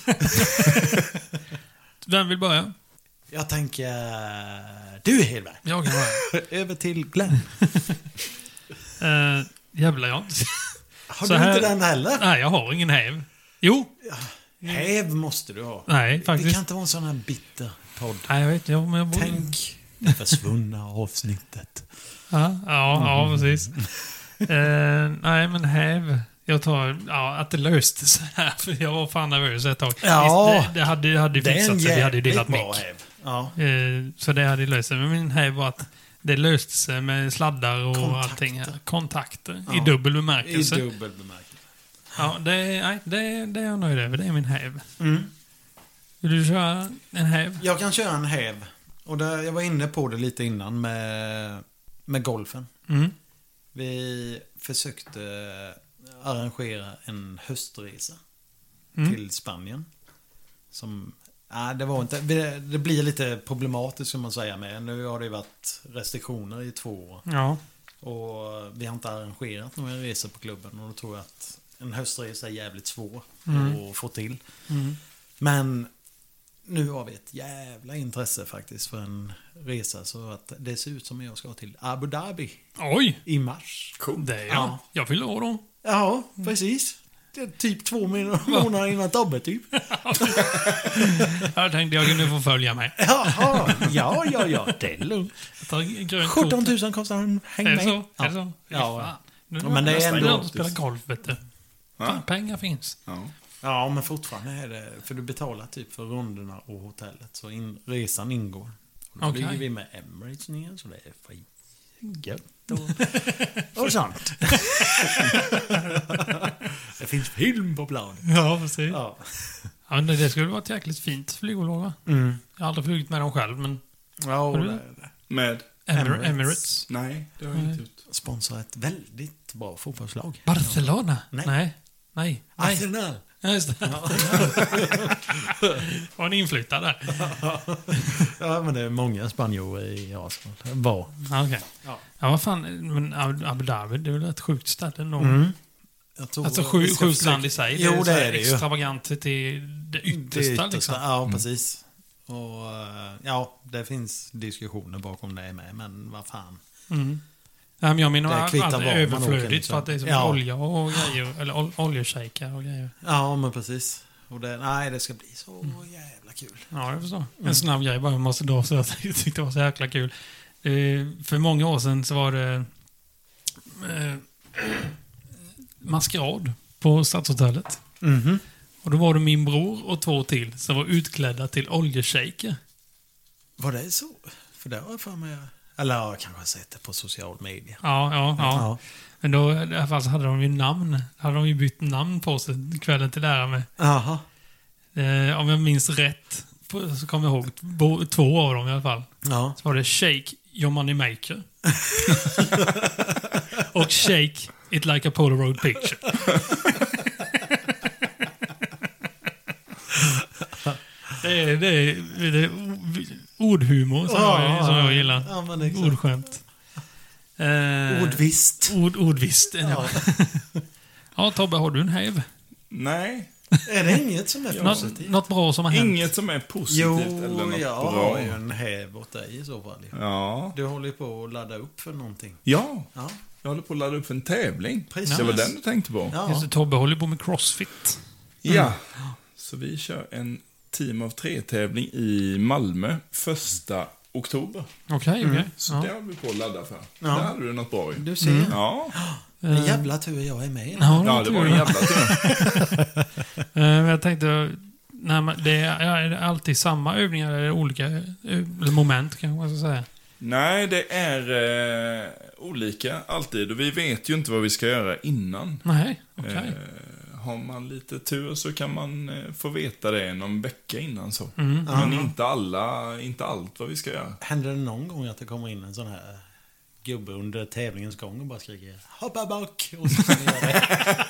Vem vill börja? Jag tänker... Du, Hedberg. Jag kan börja. Över till Glenn. Jävlar, jag Har Så du här- inte den heller? Nej, jag har ingen häv. Jo. Häv måste du ha. Nej, Det faktiskt. kan inte vara en sån här bitter podd. Nej, jag vet. Men jag borde... Tänk det försvunna avsnittet. Ja, precis. Nej, men häv. Jag tar... Ja, att det löste sig här. För jag var fan nervös ett tag. Ja. Visst, det hade Det är fixat en sig. Vi hade ju delat jävligt bra mick. häv. Ja. Så det hade ju löst sig. Men min häv var att det löste sig med sladdar och Kontakter. allting. Här. Kontakter. Ja. I dubbel I bemärkelse. dubbel bemärkelse. Ja, det är jag nöjd över. Det är min häv. Mm. Vill du köra en häv? Jag kan köra en häv. Och jag var inne på det lite innan med golfen. Mm. Vi försökte arrangera en höstresa till Spanien. Som... Nej, det var inte... Det blir lite problematiskt, som man säger med. Nu har det varit restriktioner i 2 år. Ja. Och vi har inte arrangerat några resor på klubben. Och då tror jag att en höstresa är jävligt svår att få till. Mm. Men nu har vi ett jävla intresse faktiskt för en resa. Så att det ser ut som jag ska till Abu Dhabi Oj! i mars. Det är jag. Ja. Jag fyller år då. Ja, precis. Det är typ 2 månader innan Tobbe typ. Jag tänkte jag kunde få följa med. Jaha, ja, det är lugnt. Jag tar grönt 17 000 kostar en häng Är det med. så? Är det så? Ja. Fan. Nu Ja, men det är nästan ändå- jag att spela golf, vet du. Ja. Pengar finns. Ja. Ja, men fortfarande är det... För du betalar typ för rundorna och hotellet. Så resan ingår. Och då Okej. flyger vi med Emirates ner, så det är gött och sånt. Det finns film på planen. Ja, precis. Ja. Ja, men det skulle vara ett jäkligt fint flygbolag, va? Mm. Jag har aldrig flugit med dem själv, men... Ja, och Har du det, det? Med? Emirates. Emirates. Nej, det har jag inte gjort. sponsrar ett väldigt bra fotbollslag. Barcelona? Nej. Nej. Arsenal. Ja, just det. Var en inflyttad där. Ja, men det är många spanjorer i Arsenal. Var. Ja, okej. Ja. Ja, vad fan. Men Abu Dhabi, det är väl ett sjukt ställe ändå. Jag tror Alltså vi ska sjukt försöka- land i sig. Jo, så det här är det ju. extravagant till det yttersta, Det yttersta, liksom. ja precis. Och ja, det finns diskussioner bakom det med, men vad fan. Mm. Ja, men jag menar Det att kvittar allt är var man överflödigt åker, liksom. för att det är som Ja. olja och grejer. Eller oljeshejkar och grejer. Ja, men precis. Och det ska bli så jävla kul. Ja, jag förstår. En snabb grej bara jag måste dra så jag tyckte det var så jäkla kul. För många år sedan så var det maskerad på Stadshotellet. Mhm. Och då var det min bror och 2 till som var utklädda till oljeshejker. Var det så? För det har jag för mig... Eller jag kanske har sett det på social media. Ja. Men då i alla fall så hade de ju namn. Hade de ju bytt namn på sig kvällen till ära med. Jaha. Om jag minns rätt så kommer jag ihåg 2 av dem i alla fall. Ja. Så var det Shake Your Money Maker. och Shake It Like a Polaroid Picture. det är ordhumor som jag gillar. Ja, men exakt. Ordskämt. Ordvisst. Ordvisst. Ja. Ja, Tobbe, har du en häv? Nej, Är det inget som är positivt? Något bra som har hänt? inget som är positivt Jo, eller något jag bra. har ju en häv åt dig i så fall. Ja. Du håller ju på att ladda upp för någonting. Ja, Ja, jag håller på att ladda upp för en tävling. precis. Det var den du tänkte på? Ja. Just det, Tobbe håller på med crossfit. Ja. Så vi kör en Team of 3-tävling i Malmö 1 oktober. Okej. Så Ja. det har vi på att ladda för. Ja. Där hade du något bra ju. Du ser. Ja, En jävla tur jag är med. ja det var en jävla tur. Men jag tänkte, det är det alltid samma övningar eller olika moment kanske man ska säga? Nej, det är olika alltid. Och vi vet ju inte vad vi ska göra innan. Nej, okej. Har man lite tur så kan man få veta det någon vecka innan så. Mm. Men inte allt vad vi ska göra. Händer det någon gång att det kommer in en sån här gubbe under tävlingens gång och bara skriker hoppa bak och så kan ni göra det.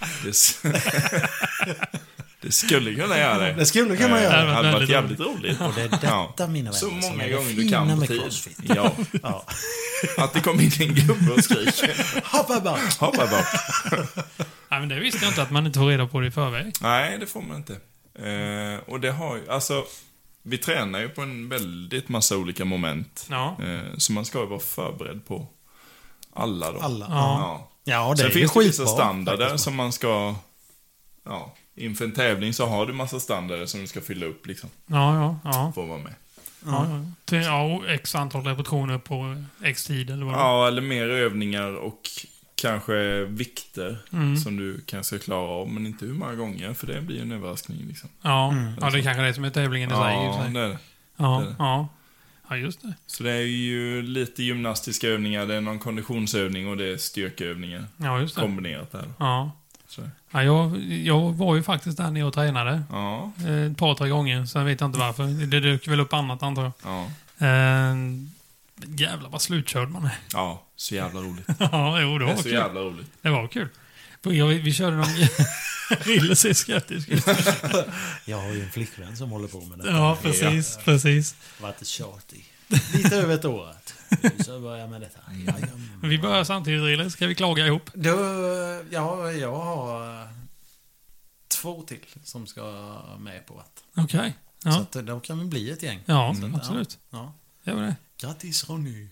Det skulle kunna göra det. Det skulle kunna man göra. Det hade varit väldigt jävligt roligt. Och det är detta, mina vänner, Så som många är det gånger du fina kan på med tid. CrossFit. Ja. Ja. Att det kom in en gubbe och skriker. Hoppa bak! Hoppa bak. Nej, men det visste jag inte att man inte får reda på det i förväg. Nej, det får man inte. Och det har ju, alltså, vi tränar ju på en väldigt massa olika moment. Ja. Så man ska ju vara förberedd på alla då. Alla. Ja. Ja, det Sen är ju finns det vissa skitbra. standarder faktiskt. som man ska... Ja, inför en tävling så har du massa standarder som du ska fylla upp liksom. Ja. För att vara med. Ja, x antal repetitioner på x tid eller vad det är. Ja, eller mer övningar och kanske vikter som du kanske klara av, men inte hur många gånger, för det blir ju en överraskning liksom. Ja, det är kanske det som är tävlingen i sig. i och för sig. det är det. Ja, just det. Så det är ju lite gymnastiska övningar, det är någon konditionsövning och det är styrkeövningar Ja, just det. kombinerat där. Ja. Så. Ja, jag var ju faktiskt där nere och tränade. Ja, Ett par, 3 gånger. Sen vet jag inte varför. Det dök väl upp annat, antar jag. ja, Jävlar vad slutkörd man är. ja, så jävla roligt. Ja, jo, det Det var är så kul. jävla roligt. Det var kul. Vi körde någon... Rille ser skeptisk ut. Jag har ju en flickvän som håller på med det. Ja, precis. Varit tjatig. Lite över ett år. Så börjar jag med detta. Vi börjar samtidigt, Rille. Ska vi klaga ihop? Då, ja, jag har 2 till som ska med på att. Okej. Så Ja, att då kan vi bli ett gäng. ja Så att, absolut. Ja. Det var det. Grattis Ronny.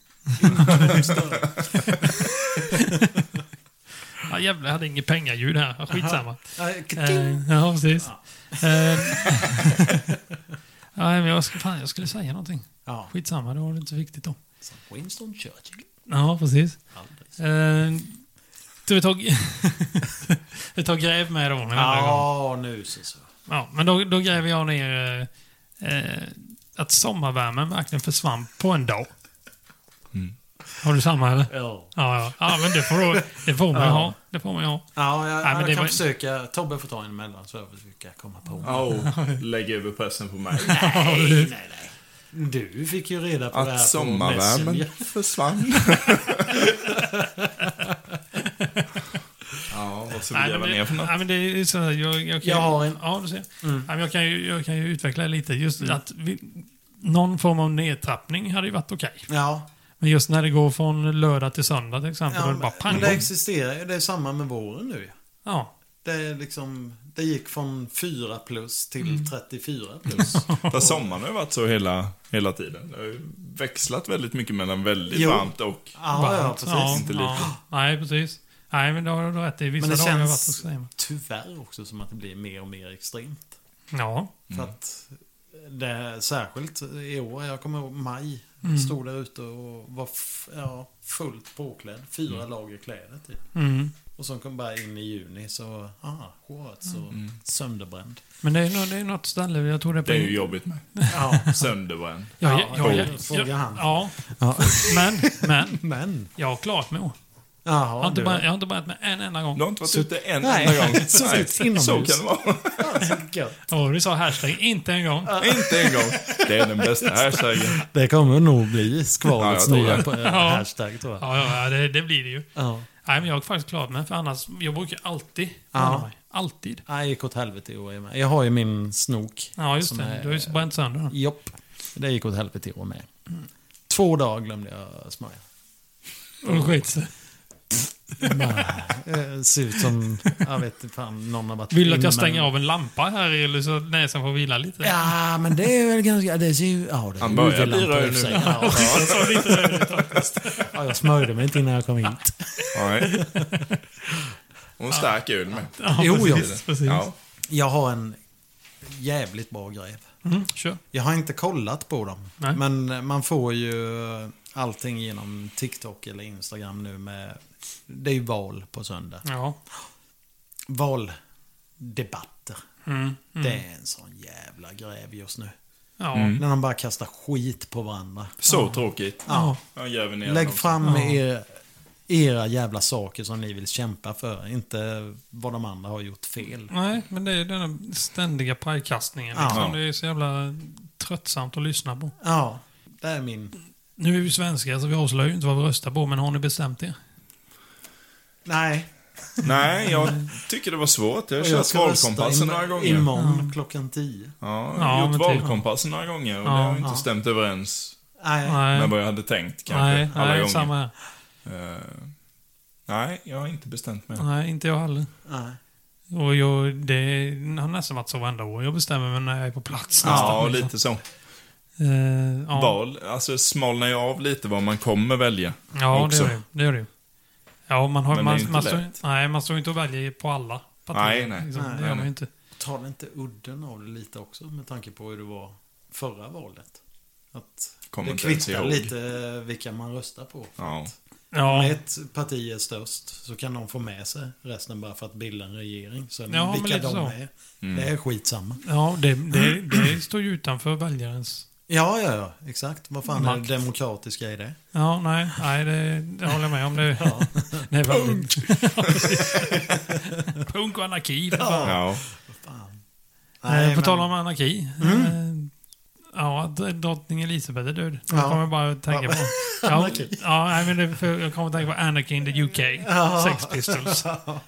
Ja, jävlar, jag hade inget pengaljud här. Skitsamma. Kating. Ja, precis. Nej, men jag skulle säga någonting. Ja, Skitsamma, det var inte så viktigt då. som Winston Churchill. Ja, precis. Aldrig. Ska vi tar gräv med då. Ja, nu så. Ja, men då gräver jag ner att sommarvärmen verkligen försvann på en dag. Har du samma eller? Ja. Ja, men det får man ju ha. Det får man ju ha. Ja, jag men det kan var- försöka. Tobbe får ta en emellan så jag försöker komma på. Lägg över pressen på mig. Nej. Du fick ju reda på det här Att på sommarvärmen Messenger. försvann. Ja, vad ska vi gräva ner för något? Nej, men det är så här, jag kan, Jag har en. Ja, du ser. Nej, men jag kan ju utveckla lite. Just att någon form av nedtrappning hade ju varit okej. Ja, Men just när det går från lördag till söndag till exempel, då är det bara pang. men det existerar ju. Det är samma med våren nu. Ja. Det är liksom... Det gick från 4 plus till 34 plus. För sommaren har varit så hela tiden. Det har ju växlat väldigt mycket mellan väldigt Jo. varmt och... Ja, precis. Ja, Inte lite. ja. Nej, precis. Nej, men då har du rätt. I vissa Men det dagar har jag varit känns extrem. tyvärr också som att det blir mer och mer extremt. Ja. För att det är särskilt i år, jag kommer ihåg maj, stod där ute och var fullt påklädd. 4 lager kläder typ. Mm. Och så kom bara in i juni så, shorts och sönderbränd. Men det är något ställe, jag tror det är på... Det är ju jobbigt med. Ja, Sönderbränd. fråga han. Ja. Ja. Men, jag har klarat mig. Jag Jaha, har inte börjat med en enda gång. Du har inte varit ute en Nej. enda gång. Suttit inomhus. Så kan det vara. Ja, du sa hashtag inte en gång. Inte en gång. Det är den bästa hashtaggen. Det kommer nog bli skvalets Ja, jag tror nya Ja. hashtag tror jag. Ja, det blir det ju. Ja. Nej, men jag har faktiskt klarat mig, för annars, jag brukar alltid Ja. bränna mig. Alltid. Nej, gick åt helvete i år med. Jag har ju min snok. Ja, just som det. är- Du har ju bränt sönder den. Jopp. Det gick åt helvete i år med. 2 dagar glömde jag smörja. Och skit sig. Ser ut som, jag vet inte fan, någon har varit Vill du att inne, jag stänger men- av en lampa här eller så näsan får vila lite? Ja, men det är väl ganska... Det ser ju... Ja, det är Han börjar bli UV-lampa i och röd för sig. nu. Ja, Så lite rödigt faktiskt. ja, jag smörjde mig inte innan jag kom hit. Nej. Och en stark öl med. Ja, Jo, jo. precis. Ja. Jag har en jävligt bra grej. Kör. Jag har inte kollat på dem. Nej. Men man får ju allting genom TikTok eller Instagram nu med... Det är ju val på söndag. Ja. Valdebatter. Mm. Det är en sån jävla gräv just nu. Ja. När de bara kastar skit på varandra. Så tråkigt. Ja. Jag gräver ner Lägg den också. fram Ja. era jävla saker som ni vill kämpa för. Inte vad de andra har gjort fel. Nej, men det är den här ständiga pajkastningen. Ja. Liksom. Det är så jävla tröttsamt att lyssna på. Ja, det är min... Nu är vi svenskar så vi avslöjar ju inte vad vi röstar på, men har ni bestämt er? Nej. Nej, jag tycker det var svårt. Jag har kört ska rösta valkompassen några gånger. imorgon klockan 10. Ja, jag Ja, har men gjort typ. valkompassen några gånger och Ja, det har inte ja. stämt överens Nej. Nej, med vad jag hade tänkt kanske. nej, alla nej gånger. samma här. Nej, jag har inte bestämt mig. Nej, inte jag heller. Nej. Och det har nästan varit så varenda år. Jag bestämmer mig när jag är på plats. Ja, nästan, liksom. lite så. Ja. Val, alltså smalnar ju av lite vad man kommer välja. Ja, också. det gör det. Ja, man har, Men det är man, inte man, står, lätt. nej, man står inte och väljer på alla partier. Nej. Liksom. Nej, Det gör man ju inte. Tar det inte udden av det lite också med tanke på hur det var förra valet? Att Kommer det inte ens kvittar ihåg. lite vilka man röstar på. Ja. Ja, Om ett parti är störst så kan de få med sig resten bara för att bilda en regering. Sen Ja, men vilka lite de så. är, det är skitsamma. ja det står ju utanför väljarens... Ja, exakt. Vad fan är Makt. det demokratiska i det? Ja, nej, det håller jag med om. Det, det är väldigt... Punk och anarki, för fan. Ja. På tal om anarki. Ja, att drottning Elizabeth är död. Jag kommer bara att tänka på... Ja, Anarki. ja, nej, men jag kommer att tänka på Anarchy in the UK. Sex Pistols.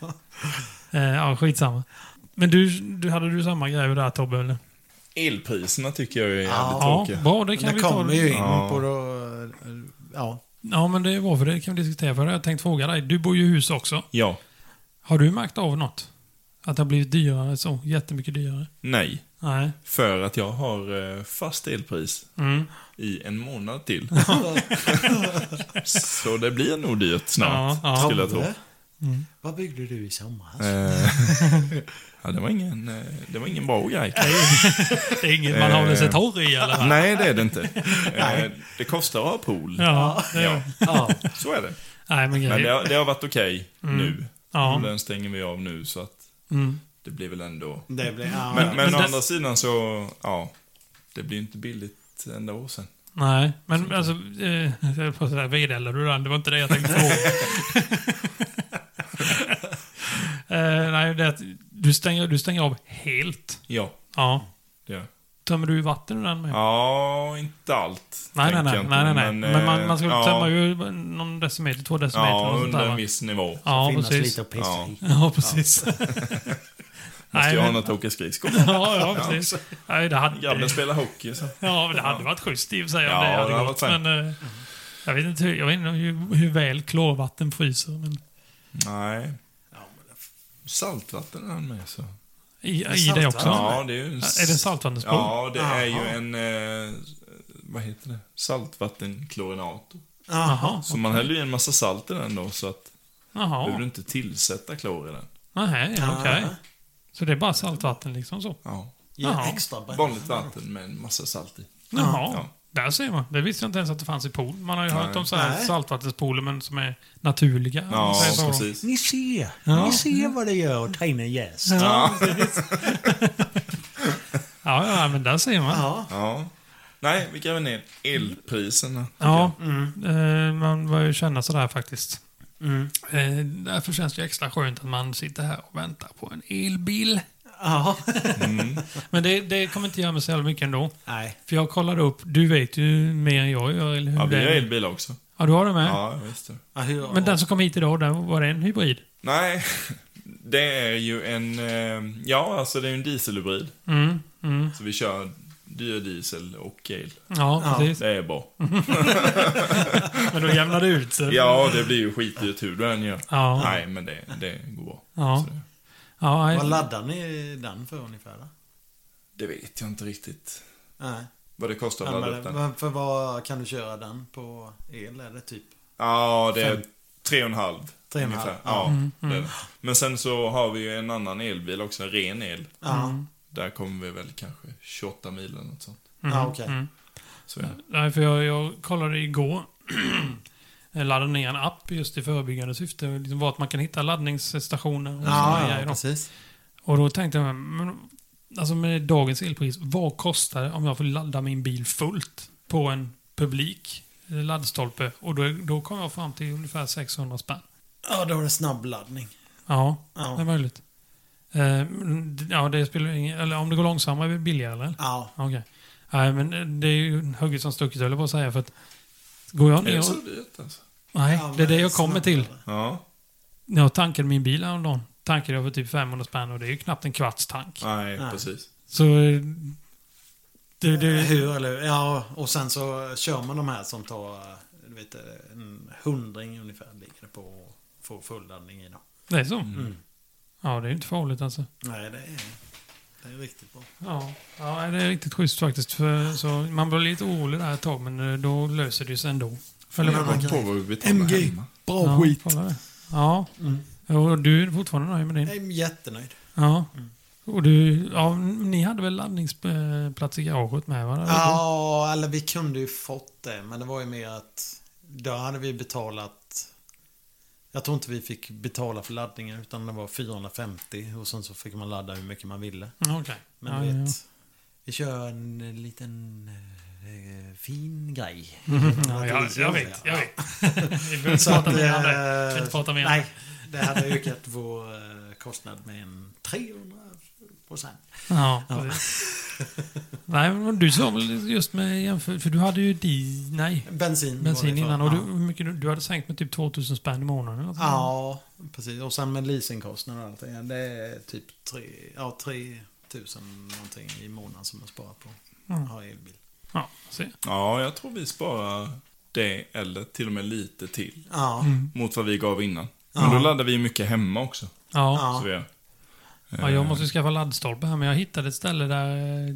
Ja, skitsamma. Men hade du samma grej där, Tobbe, eller? Elpriserna tycker jag är jävligt Ja, tråkiga. bra, det kan Det vi ta. kommer ju in Ja. på då... Ja. Ja, men det var för det kan vi diskutera. För det har jag tänkt fråga dig. Du bor ju i hus också. Ja. Har du märkt av något? Att det har blivit dyrare så? Jättemycket dyrare? Nej. Nej. För att jag har fast elpris Mm. i en månad till. Så det blir nog dyrt snart, Ja, skulle jag tro. Tobbe, vad byggde du i somras? Ja, det var ingen bra grej. Det är inget man håller sig torr i, eller? Nej, det är det inte. Det kostar att ha pool. Ja, Ja, Ja. så är det. Nej, men Men grejer. det har varit okej nu. Ja. Den stänger vi av nu, så att Mm. det blir väl ändå... Det blir... Ja, Men å det- andra sidan så, ja, det blir inte billigt ändå sen. Nej, men alltså... Jag höll på att säga, vedeldar du den? Det var inte det jag tänkte fråga. Nej, det är att du stänger av helt. Ja, Ja. det gör jag. Tömmer du vatten ur den med? Ja, inte allt. Nej. tänker jag inte, Men man ska ja, tömma ju någon decimeter, 2 decimeter. Ja, och sånt under där, en va? viss nivå. Ja, finnas precis. lite att pissa Ja. i. Ja, precis. Måste Nej, jag ha men- något att åka skridskor. Ja, precis. Nej, det hade... Grabben spelar hockey så. Ja, men det hade varit schysst i och för sig om Ja, det det hade hade gått. varit fint. Men jag vet inte hur väl klorvatten fryser. Men Nej. Saltvatten är han med så. i det saltvatten? också. Ja, det är ju... Är det en saltvattenspool? Ja, det är ju Jaha. en... vad heter det? Saltvattenklorinator. Jaha. Så man häller ju en massa salt i den då, så att behöver du Jaha. inte tillsätta klor i den. Nej, okej. Så det är bara saltvatten liksom så? Ja. Ge Jaha. extra brännare. Vanligt vatten med en massa salt i. Jaha. Ja. Där ser man. Det visste jag inte ens att det fanns i pool. Man har ju Nej. hört om så här Nej. saltvattenspooler, men som är naturliga. Ja, Säger så. precis. Ni ser. Ja. Ni ser vad det gör att ta in en gäst. Ja, precis. Ja, men där ser man. Ja. Ja. Nej, vi gräver ner elpriserna. Ja, man börjar ju känna sådär faktiskt. Därför känns det ju extra skönt att man sitter här och väntar på en elbil. Ja. Men det kommer inte göra mig så jävla mycket ändå. Nej. För jag kollade upp, du vet ju mer än jag gör, eller hur Ja, vi det har är. elbil också. Ja, du har det med? Ja, visst det. Ja, hur, Men den som kom hit idag, var det en hybrid? Nej, det är ju en... Ja, alltså det är ju en dieselhybrid. Mm. Så vi kör dyr diesel och el. Ja, precis. Det är bra. Men då jämnar det ut sig. Ja, det blir ju skitdyrt hur du än gör. Ja. Nej, men det går bra. Ja. Så Ja, nej. Vad laddar ni den för ungefär då? det vet jag inte riktigt. Nej. Vad det kostar att Ja, ladda upp den. men för vad kan du köra den på el? Är det typ? Ja, det är 3,5. 3,5. ungefär. Ja. Ja, det är det. Men sen så har vi ju en annan elbil också, en ren el. Ja, Där kommer vi väl kanske 28 mil eller något sånt. ja okej. Så ja. Nej, för jag kollade igår. Jag laddade ner en app just i förebyggande syfte. Liksom vart man kan hitta laddningsstationer och såna grejer Ja, då. precis. Och då tänkte jag, men, alltså med dagens elpris, vad kostar det om jag får ladda min bil fullt på en publik laddstolpe? Och då kom jag fram till ungefär 600 spänn. Ja, då har det snabbladdning. Ja, Ja. det är möjligt. Ja, det spelar ingen... Eller om det går långsammare är det billigare, eller? Ja. Okej. Nej, men det är ju hugget som stucket, höll jag på att säga. För att går jag Är ner det och... så dyrt alltså? Nej, Ja, det är det men jag kommer till. Ja. När jag tankade min bil häromdagen, tankade jag för typ 500 spänn och det är ju knappt en kvarts tank. Nej, Nej. precis. Så... Hur eller? Ja, och sen så kör man de här som tar, du vet, en 100 ungefär ligger det på att få full laddning i dem. Det är så? Mm. Ja, det är inte farligt alltså. Nej, det är riktigt bra. Ja, det är riktigt schysst faktiskt. För, så, man blir lite orolig där ett tag, men då löser det sig ändå. Följer Men man man på kan- vad vi betalar MG. hemma. Bra Ja, skit. kolla det. Ja, Mm. och du är fortfarande nöjd med din? Jag är jättenöjd. Ja. Och ni hade väl laddningsplats i garaget med, va? Ja, eller vi kunde ju fått det, men det var ju mer att då hade vi betalat. Jag tror inte vi fick betala för laddningen, utan det var 450 och sen så fick man ladda hur mycket man ville. Okej. Men Ja, du ja, vet, vi kör en liten fin grej. Ja, jag vet. Vi behöver inte Så prata att, mer om det. Vi ska inte prata mer om nej, det hade ökat vår kostnad med en 300%. Ja, precis. Nej, men du sa väl just med för du hade ju Bensin var det för. innan och Ja. hur mycket du hade sänkt med typ 2000 spänn i månaden. Eller? Ja, precis. Och sen med leasingkostnader och allting. Det är typ 3000 någonting i månaden som man sparar på att ha elbil. Ja, se. Ja, jag tror vi sparar det eller till och med lite till Ja, mot vad vi gav innan. Men då laddar vi mycket hemma också. Ja. Så vi gör. Ja, jag måste skaffa laddstolpe här, men jag hittade ett ställe där...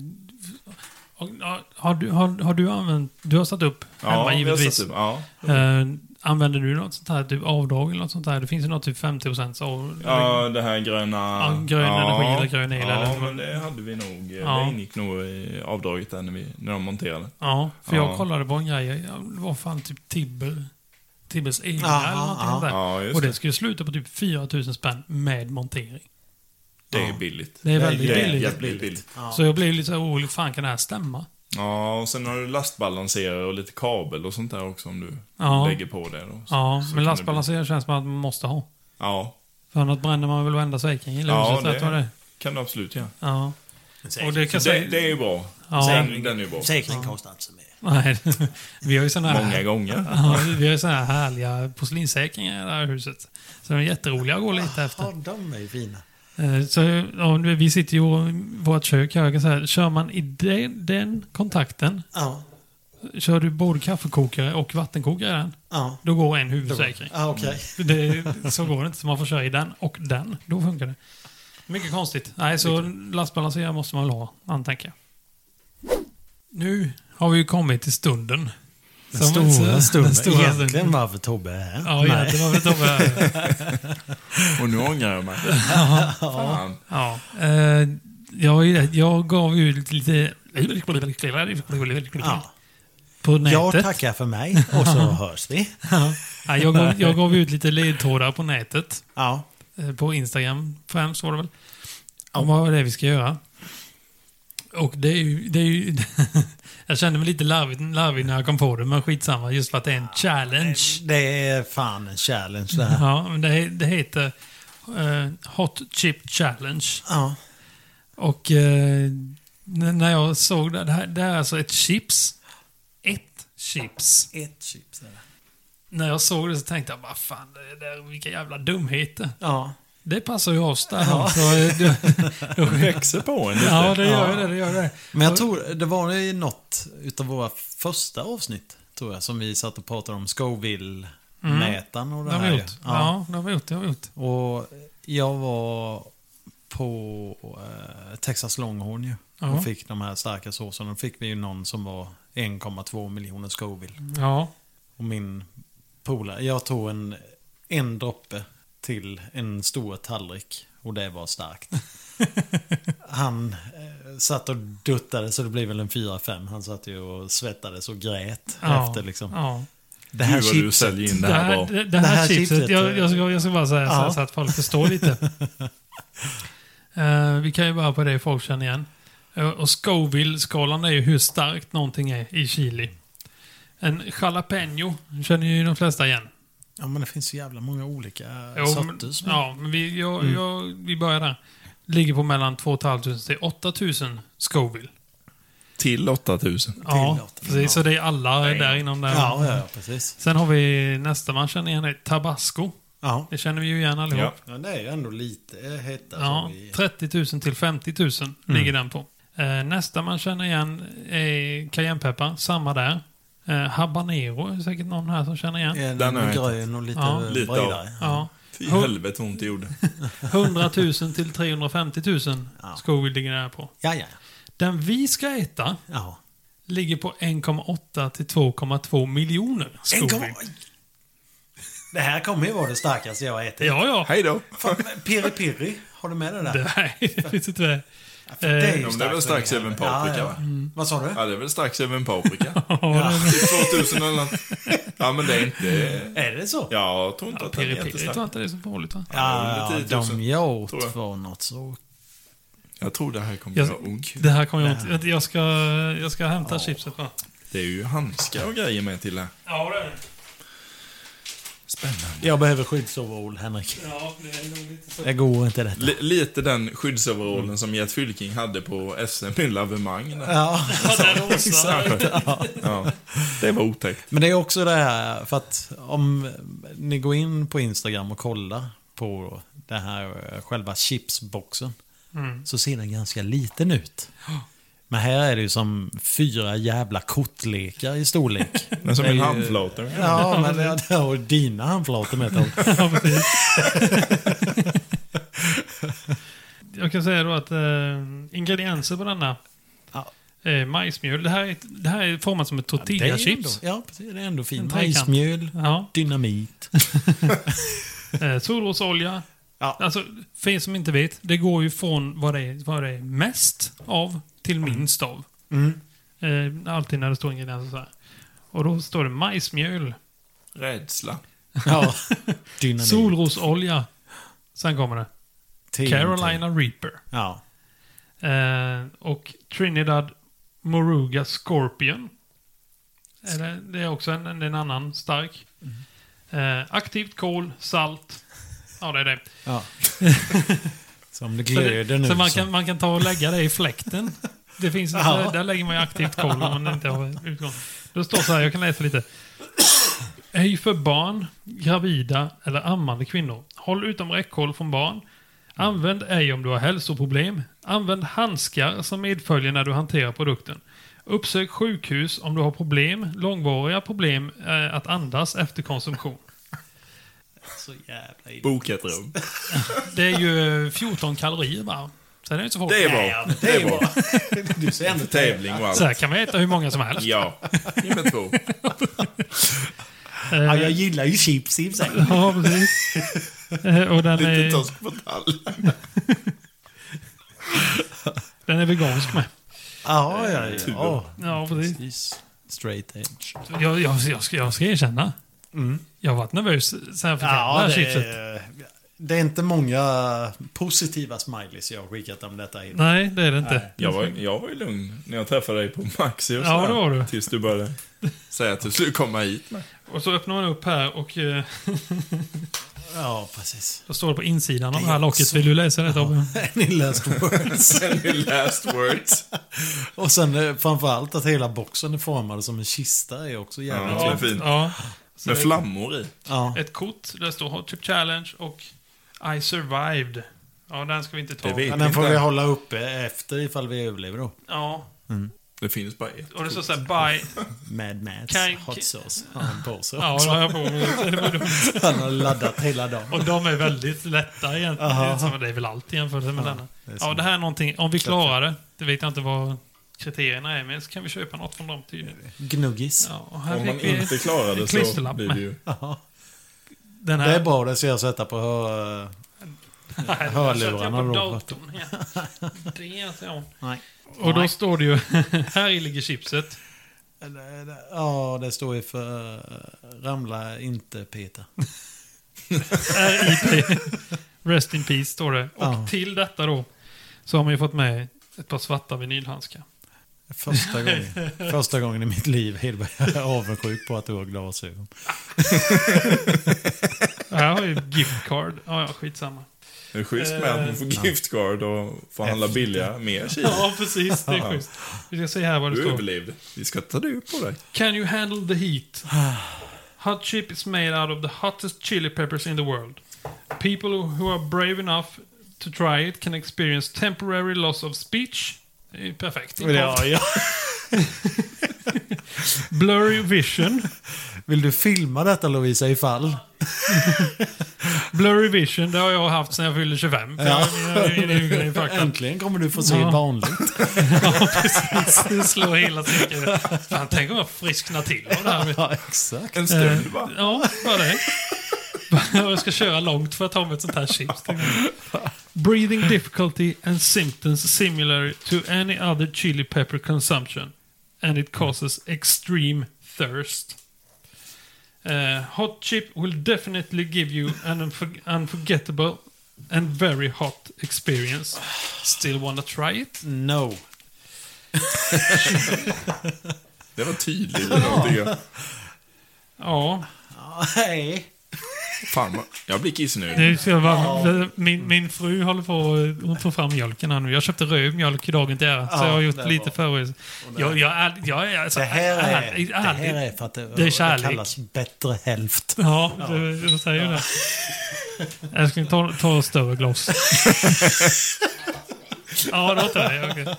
Har du använt... Du har satt upp hemma, Ja, vi har givetvis. satt upp. Ja. Använder du något sånt här, typ avdrag eller något sånt där? Det finns ju något typ 50% av... Ja, det här gröna... Ja, grön energi eller grön el Ja, eller- men det hade vi nog. Ja. Det ingick nog i avdraget där när de monterade. Ja, för jag Ja. kollade på en grej. Det var fan typ Tibbers egna Aha, eller någonting aha. sånt där. Ja, just Och det det. skulle sluta på typ 4000 spänn med montering. Det är Ja. billigt. Det är väldigt Det är billigt. jävligt billigt. Ja. Så jag blev lite så orolig, fan kan det här stämma? Ja, och sen har du lastbalanserare och lite kabel och sånt där också om du Ja. lägger på det. Då. Ja, så kan men det lastbalanserare känns som att man måste ha. bli- Ja, För annars bränner man väl varenda säkring i Ja, huset, rätt vad det är. kan du absolut göra. Ja. Och det kan Så det, säga... det är ju bra. Ja. Den är ju bra. Säkring kostar inte så mycket. Nej, vi har ju såna här... Många gånger. Ja, vi har ju såna här härliga porslinssäkringar i det här huset. Så de är jätteroliga att gå lite efter. Ja, de är ju fina. Så ja, vi sitter ju i vårt kök här. Jag kan säga, kör man i den kontakten, Ja, kör du både kaffekokare och vattenkokare i den, ja. då går en huvudsäkring. Ja, okej. Så går det inte, så man får köra i den och den. Då funkar det. Mycket konstigt. Nej, så lastbalanserare måste man väl ha, antänker jag. Nu har vi ju kommit till stunden. Den stora stunden. Egentligen stunden. varför Tobbe är här. Ja, egentligen var vi Tobbe här. Och nu ångrar jag mig. Fan. Ja, jag gav ut lite Ja. på nätet. Jag tackar för mig och så hörs vi. Ja, jag gav ut lite ledtrådar på nätet. Ja. På Instagram främst var det väl. Om vad det är vi ska göra. Och det är ju jag kände mig lite larvig när jag kom på det, men skitsamma. Just för att det är en challenge. Det är fan en challenge det här. Ja, men det heter Hot Chip Challenge. Ja. Och när jag såg det är alltså ett chips. Ett chips. Ett chips är det. När jag såg det så tänkte jag, vad fan, vilka jävla dumheter. Ja. Det passar ju oss där. Ja. Så, Det växer på en lite. ja, det gör det. Men jag tror det var i något utav våra första avsnitt, tror jag, som vi satt och pratade om Scoville-mätaren och det Det har här. vi ju. gjort. Ja, det har vi gjort. Och jag var på Texas Longhorn ju. Ja. Och fick de här starka såserna. Då fick vi ju någon som var 1,2 miljoner Scoville. Ja. Och min polare, jag tog en droppe till en stor tallrik. Och det var starkt. Han satt och duttade så det blev väl en 4-5. Han satt ju och svettades och grät efter liksom. Ja. Det här Gud vad du chipset. säljer in det här bra. Det här chipset, chipset, jag ska bara säga så att folk förstår lite. Vi kan ju bara på det folk känner igen. Och Scoville-skalan är ju hur starkt någonting är i chili. En jalapeno känner ju de flesta igen. Ja, men det finns så jävla många olika Men, sorter. ja, men vi börjar där. Ligger på mellan 2 500 till 8 000 Scoville. Till 8000. Ja, 8 000, precis. Så det är alla där inom där. Ja, precis. Sen har vi nästa man känner igen är Tabasco. Ja. Det känner vi ju igen allihop. Ja, det är ju ändå lite hett. Ja, 30 000 till 50 000 ligger den på. Nästa man känner igen är cayennepeppar, samma där. Habanero är säkert någon här som känner igen. Den är grön och lite Ja. Lite bredare. Ja. Fy helvete ont det gjorde. 100 000 till 350 000 Scoville ligger där på. Ja. Den vi ska äta Ja. ligger på 1,8 till 2,2 miljoner Scoville. Det här kommer ju vara det starkaste jag har ätit. Ja. Hej då. Fan, Piri Piri, har du med det där? Nej, det finns inte med. För det är ju Ja, men det är väl strax för även mig. paprika, va? Vad sa du? Ja, det är väl strax även paprika. Ja. Typ 2000 eller något. Ja, men det är inte... Är det så? Ja, jag tror inte att den är Piri Piri, jag jättestark. tror inte det är så farligt va? Ja, under 10 000, de jag åt tror jag. var något så... Jag tror det här kommer att göra ont. Det här kommer jag inte... Jag ska hämta chipset va? Det är ju handskar och grejer med till det här. Ja, det är det. Spännande. Jag behöver skyddsoverall, Henrik. Ja, det är nog lite så. Det går inte detta. Lite den skyddsoverallen som Gert Fylking hade på SM i lavemang. Där. Ja, Den rosa. Ja, det var otäckt. men det är också det här, för att om ni går in på Instagram och kollar på det här själva chipsboxen så ser den ganska liten ut. Men här är det ju som 4 jävla kortlekar i storlek. Men som Det är en ju- handflata. Ja, men det har dina handflator med ett tag. Ja, precis. Jag kan säga då att ingredienser på denna Ja. majsmjöl. Det här är format som ett tortillachips. Ja, precis. Det är ändå En fint. trekant. Majsmjöl, Ja. dynamit. Solrosolja. Ja. Alltså, för er som inte vet, det går ju från vad det är mest av till minst av. Alltid när det står ingredienser så här. Och då står det majsmjöl, Rädsla. Ja. Dynamit. solrosolja. Sen kommer det TNT. Carolina Reaper. Ja. Och Trinidad Moruga Scorpion. Det är också en annan stark. Aktivt kol, salt. Ja, det är det. Ja. Som det glöder nu. Så man kan ta och lägga det i fläkten. Det finns Ja. där lägger man ju aktivt kol om man inte har utgång. Det står så här, jag kan läsa lite. Ej för barn, gravida eller ammande kvinnor. Håll utom räckhåll från barn. Använd ej om du har hälsoproblem. Använd handskar som medföljer när du hanterar produkten. Uppsök sjukhus om du har långvariga problem att andas efter konsumtion. Så jävla illa. Boka ett rum. Det är ju 14 kalorier bara. Så det är inte så farligt. Det är Nej, bra. ja, men det är bra. Du ser ändå För tävling och allt. Så här kan vi äta hur många som helst. Ja, ge mig 2. Ja, jag gillar ju chips i sig. Ja, precis. Och den Lite är, torsk på tall. den är vegansk med. Ja. Ja, precis. Precis. Straight edge. Jag ska erkänna. Jag har varit nervös sen jag fick hem det här chipset. Det är inte många positiva smileys jag har skickat om detta in. Nej, det är det inte. Jag var ju lugn när jag träffade dig på Maxi och Ja, sådär. det var du. Tills du började säga att du skulle komma hit med. Och så öppnar man upp här och Ja, precis. då står det på insidan av Det det här är locket. också- Vill du läsa det Tobbe? Any last words. Any last words? Och sen framförallt att hela boxen är formad som en kista är också jävligt Ja, fint. fint. Ja. Så Med flammor i. Ja. ett kort där står Hot Chip Challenge och I survived. Ja, den ska vi inte ta. Det vet Men den får vi hålla uppe efter ifall vi överlever då. Ja, Det finns bara ett. och det står så här, by... Mad Mads Kan- hot sauce har han på sig Ja, också. det har jag på mig. Han har laddat hela dagen. Och de är väldigt lätta egentligen. Aha. Det är väl allt jämfört med denna. det är Ja, så. det här är någonting, om vi klarar det vet jag inte vad kriterierna är, men så kan vi köpa något från dem tydligen. Gnuggis. Ja, och här Om man fick vi inte klarar en det så klisterlapp blir med. det ju... Den Det här. är bra, det ska jag sätta på Nej, hörlurarna på då. datorn. Ja. Det är så. Nej. Och då Nej. står det ju, här i ligger chipset. Ja, det står ju för ramla inte Peter. RIP. Rest in peace står det. Och Ja. till detta då så har man ju fått med ett par svarta vinylhandskar. Första gången i mitt liv Hedberg är avundsjuk på att du har glasögon. Här har ju gift card. Ja, skitsamma. Det är schysst med att man får gift card och får handla billiga mer kilo. Ja, precis. Det är schysst. Vi ska se här vad det Du står. överlevde. Vi ska ta det på dig. Can you handle the heat? Hot chip is made out of the hottest chili peppers in the world. People who are brave enough to try it can experience temporary loss of speech. Det är ju perfekt. Ja. Blurry vision. Vill du filma detta Lovisa ifall? Blurry vision, det har jag haft sedan jag fyllde 25. Ja. Faktiskt. Äntligen kommer du få se Ja. vanligt. Ja, precis. Det slår hela cykeln. Fan, tänk om jag frisknar till av det här. Ja, exakt. En stund bara. Ja, vad är det? Jag ska köra långt för att ta med ett sånt här chips. Breathing difficulty and symptoms similar to any other chili pepper consumption. And it causes extreme thirst. Hot chip will definitely give you an unforgettable and very hot experience. Still wanna try it? No. Det var tydligt. Tycker jag. Ja. Nej. Fan, jag blir kissnödig. Det är så bara, min fru håller på hon får fram mjölken här nu. Jag köpte röd mjölk i dagen till ära. Så Ja, jag har gjort det lite var- förberedelse. Jag är alltså, Det här ärligt. är för att Det är kärlek. kallas bättre hälft. Ja, jag säger det. Jag ska ta större glas. Ja, det var det. Okej.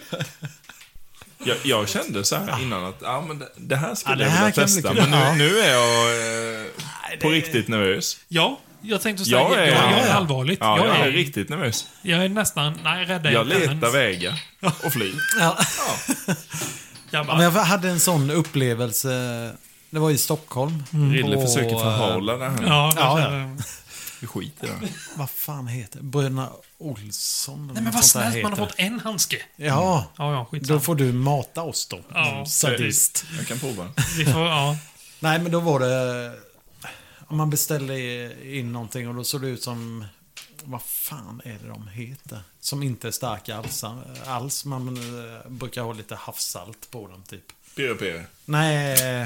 Jag kände så här innan att men det här skulle det jag här vilja kan bli testa. kul. Men nu är jag på riktigt nervös. Ja, jag tänkte säga Jag jag är är allvarligt. Ja, jag är är riktigt nervös. jag är nästan... Nej, rädda Jag letar vägar och flyr. Ja. Jag Men bara, jag hade en sån upplevelse. Det var i Stockholm. Ridley på, försöker förhala det här. ja, Ja, Vi skiter i det. Vad fan heter det? Bröderna Olsson? Nej, men vad snällt, man har fått en handske. Ja, Ja, skitsamma. då får du mata oss då. Ja, Sadist. Jag kan prova. Vi får, ja. Nej, men då var det... Om man beställde in någonting och då såg det ut som... Vad fan är det de heter? Som inte är starka alls. Man brukar ha lite havssalt på dem, typ. Pere. Nej...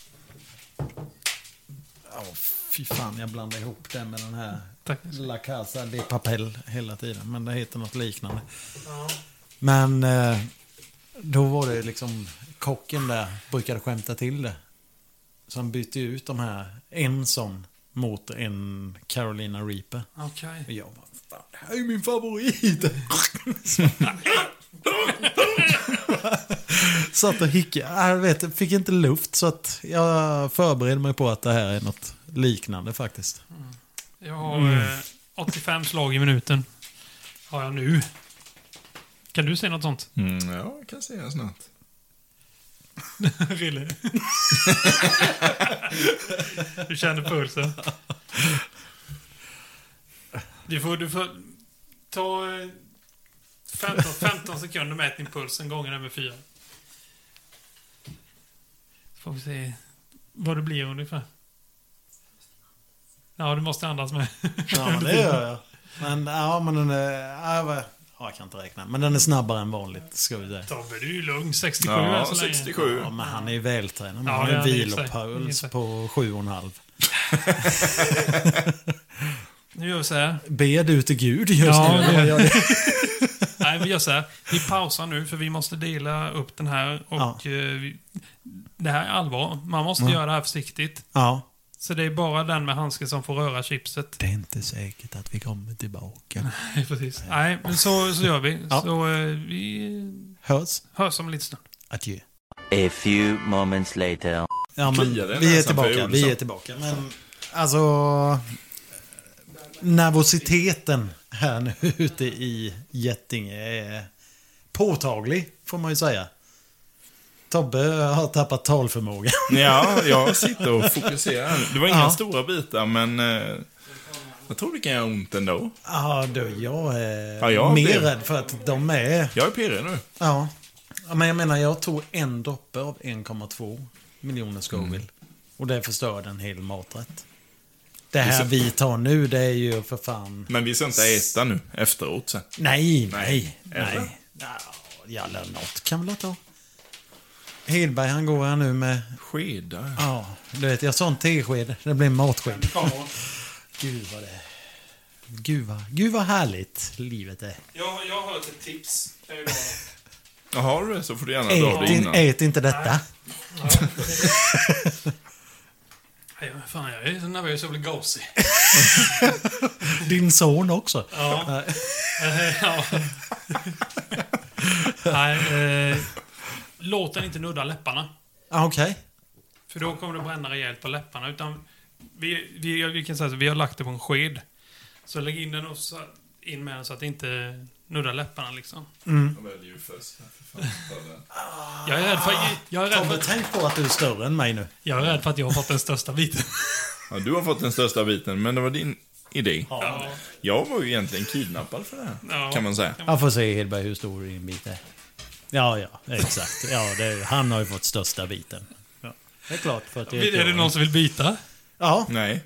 Fy fan, jag blandar ihop det med den här Tack. La Casa de Papel hela tiden. Men det heter något liknande. Men då var det liksom... Kocken där brukade skämta till det. Så han bytte ut de här, en sån mot en Carolina Reaper. Okej. Och jag bara, fan, det här är min favorit! Satt och hickade. Jag vet, fick inte luft så att jag förberedde mig på att det här är något liknande faktiskt. Jag har 85 slag i minuten. Har jag nu. Kan du säga något sånt? Ja, jag kan säga snart. Rille. Du känner pulsen. Du får ta 15 sekunder med din puls en gång med 4. Får vi se vad det blir ungefär. Ja, du måste andas med. Ja, men det gör jag. Men, ja, men den är... Ja, jag kan inte räkna. Men den är snabbare än vanligt, ska vi säga. Tobbe, du är ju lugn. 67 Ja, än så länge. 67. Ja, men han är ju vältränad. Men Ja, han det är har han en i och för sig. vilopuls I och på 7,5. Nu gör vi så här. Ber du till Gud just Ja, nu? det- Jag det. Nej, vi gör så här. Vi pausar nu för vi måste dela upp den här. Och Ja. det här är allvar. Man måste göra det här försiktigt. Ja. Så det är bara den med handsken som får röra chipset. Det är inte säkert att vi kommer tillbaka. Nej, precis. Nej, men så gör vi. Ja. Så vi Hörs om en liten stund. adjö. A few moments later. Ja, men Kliar det vi är nästan för tillbaka. Olsson? Vi är tillbaka. Men alltså... Nervositeten här nu ute i Getinge är påtaglig, får man ju säga. Tobbe har tappat talförmåga. Ja, jag sitter och fokuserar. Det var inga Ja. stora bitar, men jag tror det kan göra ont ändå. Ja, du, jag är Ja, jag mer blev- rädd för att de är... Jag är pirrig nu. Ja. Ja, men jag menar, jag tog en droppe av 1,2 miljoner Scoville. Och det förstörde en hel maträtt. Det här så- vi tar nu, det är ju för fan... Men vi ska inte äta nu, efteråt sen. Nej. Eller? Ja, något kan väl ta. Hedberg, han går här nu med... Skedar. Ja, du vet, jag sa en tesked. Det blir en matsked. Gud vad det... Gud vad härligt livet är. Jag har hört ett tips. Jaha, du det, så får du gärna dra det innan. Ät inte detta. Nej, fan, jag är så nervös att bli gasig. Din son också. Ja. Ja. Nej, låt den inte nudda läpparna. Ah, okej. För då kommer det bränna rejält på läpparna. Utan vi kan säga så, vi har lagt det på en sked. Så lägg in den och in med den så att det inte nuddar läpparna liksom. Jag väljer ju först. Jag är rädd Tobbe, tänk på att du är större än mig nu. jag är rädd för att jag har fått den största biten. Ja, du har fått den största biten, men det var din idé. Ja. Jag var ju egentligen kidnappad för det här, Ja. kan man säga. Jag får se Hedberg hur stor din bit är. Ja, exakt. Ja, han har ju fått största biten. Ja. Det är klart. För att Är det någon som vill byta? Ja. Nej,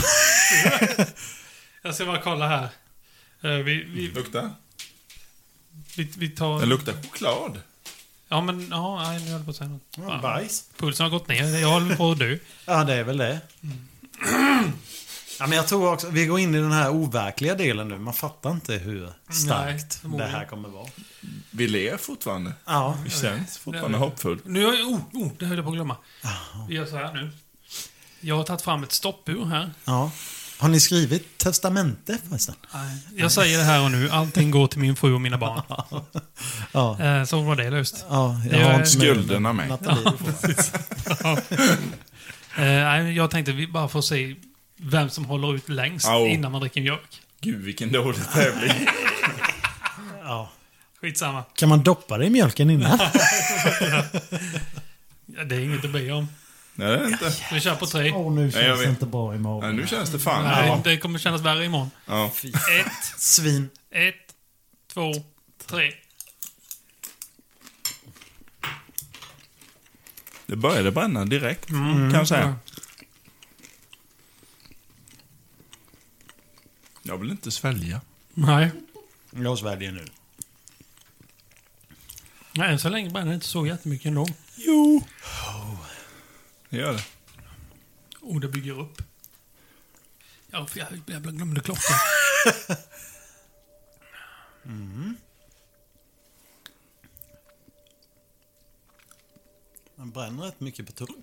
Jag ska bara kolla här. Vi lukta. tar... Den luktar choklad. Ja, men... Ja, nej, nu höll jag på att säga något. Ja, bajs. Pulsen har gått ner. Jag håller på att dö. Ja, det är väl det. Ja, men jag tror också, vi går in i den här overkliga delen nu. Man fattar inte hur starkt det förmodligen. här kommer vara. Vi ler fortfarande. Ja. Vi känns fortfarande hoppfull. Nu är jag... det höll jag på att glömma. Vi gör så här nu. Jag har tagit fram ett stoppur här. Ja. Har ni skrivit testamente förresten? Jag säger det här och nu. Allting går till min fru och mina barn. Ja. Så var det löst. Ja, Jag har inte skulderna med. Nathalie, du får. Nej, jag tänkte vi bara får se vem som håller ut längst innan man dricker mjölk. Gud, vilken dålig tävling. Ja. Skitsamma. Kan man doppa det i mjölken innan? Ja, det är inget att be om. Nej, det är inte. Vi kör på 3. Nu jag känns vet. det inte bra i magen. Nej, nu känns det fan. Nej, Ja. det kommer kännas värre imorgon. Ja. 1, Svin. 2, 3. Det började bränna direkt, kan jag säga. Jag vill inte svälja. Nej. Jag sväljer nu. Nej, så länge bränner det inte så jättemycket ändå. Jo. Det gör det. Det bygger upp. Ja, för jag glömde klockan. Man bränner rätt mycket på tungan.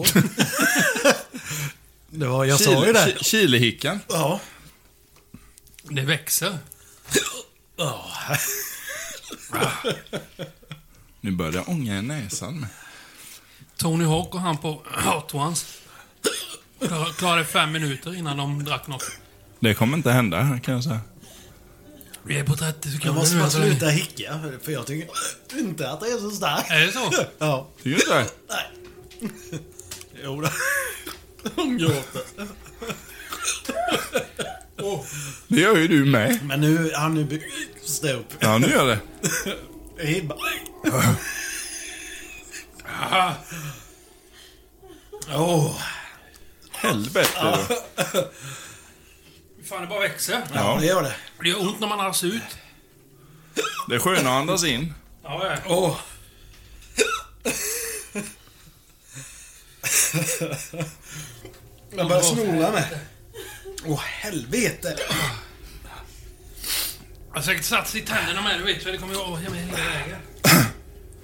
Det var, jag sa ju det. Chilehickan. Ja. Det växer. Nu börjar det ånga i näsan med. Tony Hawk och han på Hot Ones klarade 5 minuter innan de drack något. Det kommer inte hända, kan jag säga. Vi är på 30 sekunder Jag måste nu. bara sluta hicka, för jag tycker inte att det är så starkt. Är det så? Ja. Tycker du inte det? Nej. Jo då. Hon gråter. Det gör ju du med. Men nu, han nu stå upp. Ja, nu gör det. Hedberg. Helvete. Fan, det bara växer. Ja, det gör det. Det gör ont när man andas ut. Det är skönt att andas in. Ja, ja. Jag börjar snola med. Helvete. Jag har säkert satt sig i tänderna med, du vet. För det kommer ju med hela vägen.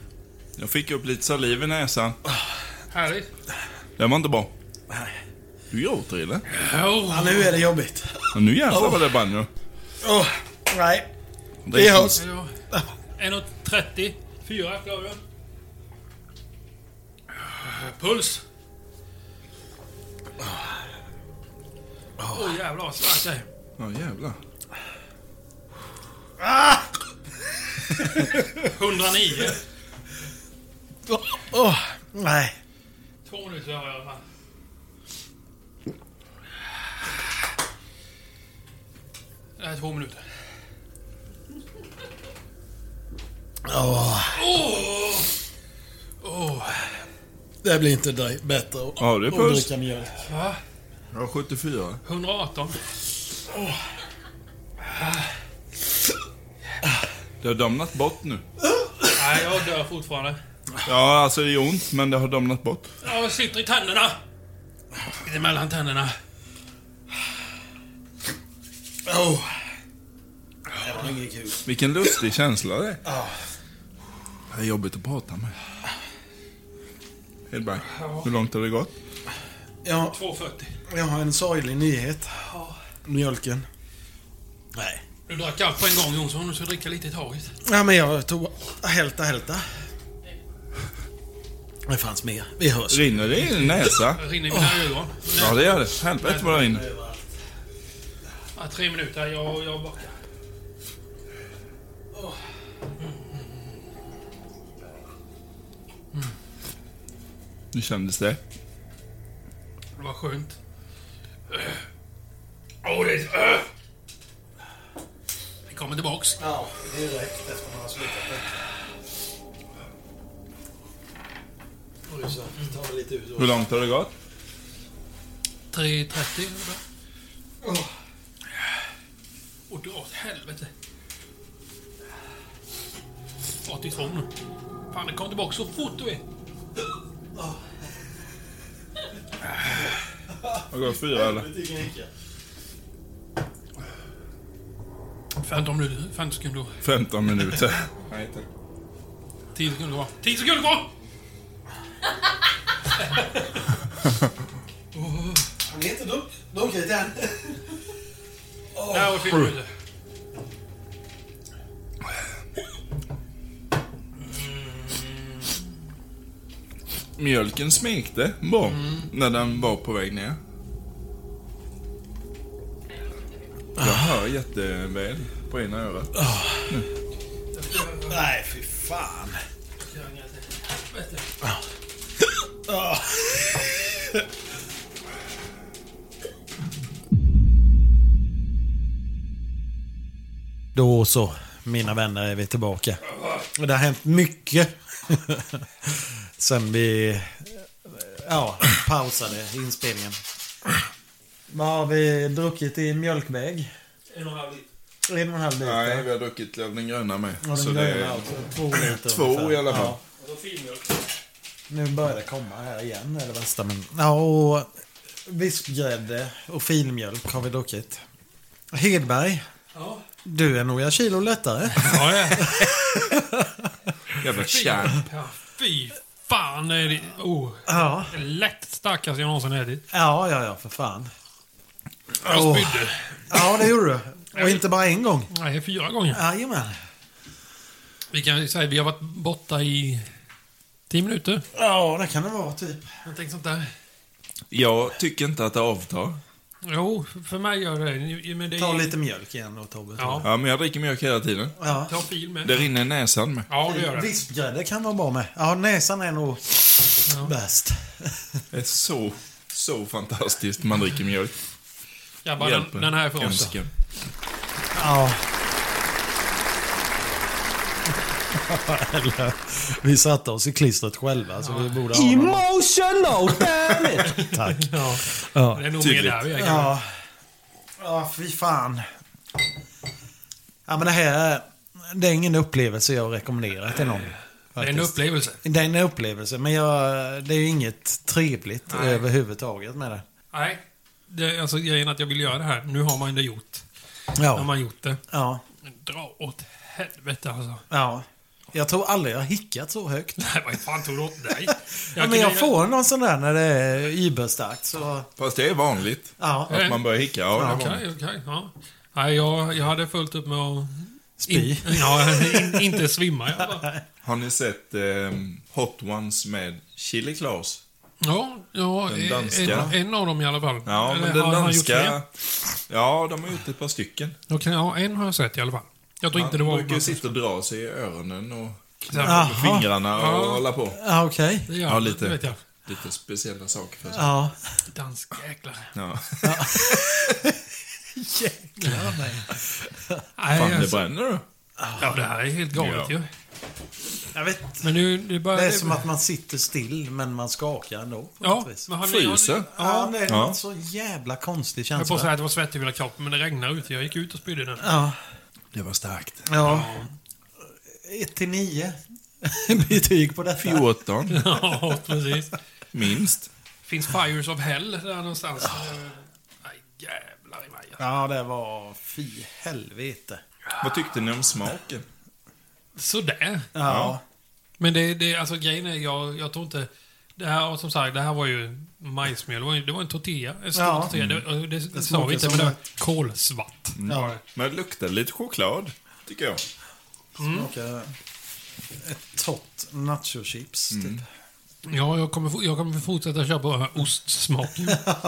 Jag fick upp lite saliv i näsan. Härligt. Det var inte bra. Du gråter, eller? Ja, nu är det jobbigt. Men nu jävlar vad det brann nu. Nej. Det hörs. 1,30. 4 klarar du. Puls. Jävlar vad starkt det är. Ja, jävlar. 109. Nej. 2 minuter har jag i alla fall. Det är 2 minuter. Det blir inte bättre Ja, det är att puls. dricka mjölk. Ja, 74. 118. Det har domnat bort nu. Nej, jag dör fortfarande. Ja, alltså det är ont, men det har domnat bort. Jag sitter i tänderna. Lite mellan tänderna. Det var inget kul. Vilken lustig känsla det är. Det är jobbigt att prata med. Hedberg, hur långt har det gått? 2,40. Jag har en sorglig nyhet. Mjölken. Nej. Du drack allt på en gång, Jonsson. Du ska dricka lite i taget. Ja, men jag tog hälta. Det fanns mer. Vi hörs. Rinner det i din näsa? Det rinner i mina ögon. Ja, det gör det. Helvete vad det rinner. Ja, 3 minuter. Jag bakar. Hur kändes det? Det var skönt. Det kommer tillbaks. Ja, direkt efter man har slutat det. Så tar vi lite ut. Hur långt har det gått? 3,30. Och dra åt helvete. 82 nu. Fan, det kom tillbaka så fort du är. Har det gått 4 eller? 15 minuter. 15 sekunder. 15 minuter. 10 sekunder kvar. 10 sekunder kvar! Han är inte druckit än. Det här var 4 minuter. Mjölken smekte bra när den var på väg ner. Jag hör jätteväl på ena örat. Nej, fy fan. Då så, mina vänner, är vi tillbaka. Och det har hänt mycket sen vi pausade inspelningen. Vad har vi druckit i mjölkväg? 1,5 liter. 1,5 liter. Nej, vi har druckit den gröna med. Och den Så gröna det är alltså 2 liter. 2 i alla fall. Ja. Och då filmjölk. Nu börjar det komma här igen, är det värsta. Men, ja, och vispgrädde och filmjölk har vi druckit. Hedberg, Ja. du är några kilo lättare. Ja. Jävla kärn. Ja, fy fan är det... Ja, Lätt starkast jag någonsin ätit. ja, för fan. Jag spydde. Ja, det gjorde du. Och inte bara en gång. Nej, 4 gånger. Jajamän. Vi kan säga att vi har varit borta i 10 minuter. Ja, det kan det vara typ. Någonting sånt där. Jag tycker inte att det avtar. Jo, för mig gör det. Men det är... Ta lite mjölk igen då, Tobbe. Ja, Ja, men jag dricker mjölk hela tiden. Ja. ta fil med. Det rinner i näsan med. Ja, det gör det. Vispgrädde kan vara bra med. Ja, näsan är nog bäst. Det är så fantastiskt man dricker mjölk. Jag bara, den här är för oss. Önsken. Ja. Eller, vi satte oss i klistret själva, så vi borde ha någon. Emotional damage! Tack. Ja. Ja. Det är nog Tydligt. mer där vi är. Ja. Ja, fy fan. Ja, men det här... Det är ingen upplevelse jag rekommenderar till någon. Det är en upplevelse. Det är en upplevelse, men det är ju inget trevligt överhuvudtaget med det. Nej. Det, alltså, grejen är att jag vill göra det här. Nu har man det gjort. När Ja. man gjort det. Ja. Dra åt helvete alltså. Ja. Jag tror aldrig jag har hickat så högt. Nej, vad fan tog du åt dig? Men jag får någon sån där när det är überstarkt så... Fast det är vanligt. Ja. Att man börjar hicka. Ja, det är vanligt. Okej. Ja. Nej, jag hade fullt upp med att... Spy. Inte svimma i alla fall. Har ni sett Hot Ones med Chili Claus? Ja, Den danska. en av dem i alla fall. Ja, men Eller den har han gjort fler? danska... Ja, de har gjort ett par stycken. Okej, ja, en har jag sett i alla fall. Jag tror inte det Han var... brukar ju sitta och dra sig i öronen och Jaha. med fingrarna och hålla på. Ja, okej. Det gör Ja, han, lite. det vet jag. Lite speciella saker för sig. Ja. Danskjäklar. Ja. Jäklar nej. Nej, Fan, det alltså, bränner du. ja, det här är helt galet Ja. ju. Jag vet. Men nu, det börjar... Det är som att man sitter still men man skakar ändå. På Ja, något vis. men han Fryser. Ja, det är Ja. en så jävla konstig Jag höll på att säga känsla. att det var svettig i hela kroppen, men det regnar ute. Jag gick ut och spydde den. Ja. Det var starkt. Ja. 1-9. Betyg på detta. 14, Ja, precis. minst. Finns Fires of Hell där någonstans? Nej, jävlar i mig. Ja, det var fy helvete. Vad tyckte ni om smaken? Sådär. Ja. Men alltså grejen är, jag tror inte... Det här, som sagt, det här var ju majsmjöl. Det var en tortilla. En stor Ja. tortilla. Det sa smakar vi inte, som men det var ett- kolsvart. Ja. Men det luktade lite choklad, tycker jag. Smakar ett torrt nachochips, typ. Ja, jag kommer fortsätta köpa ostsmaken.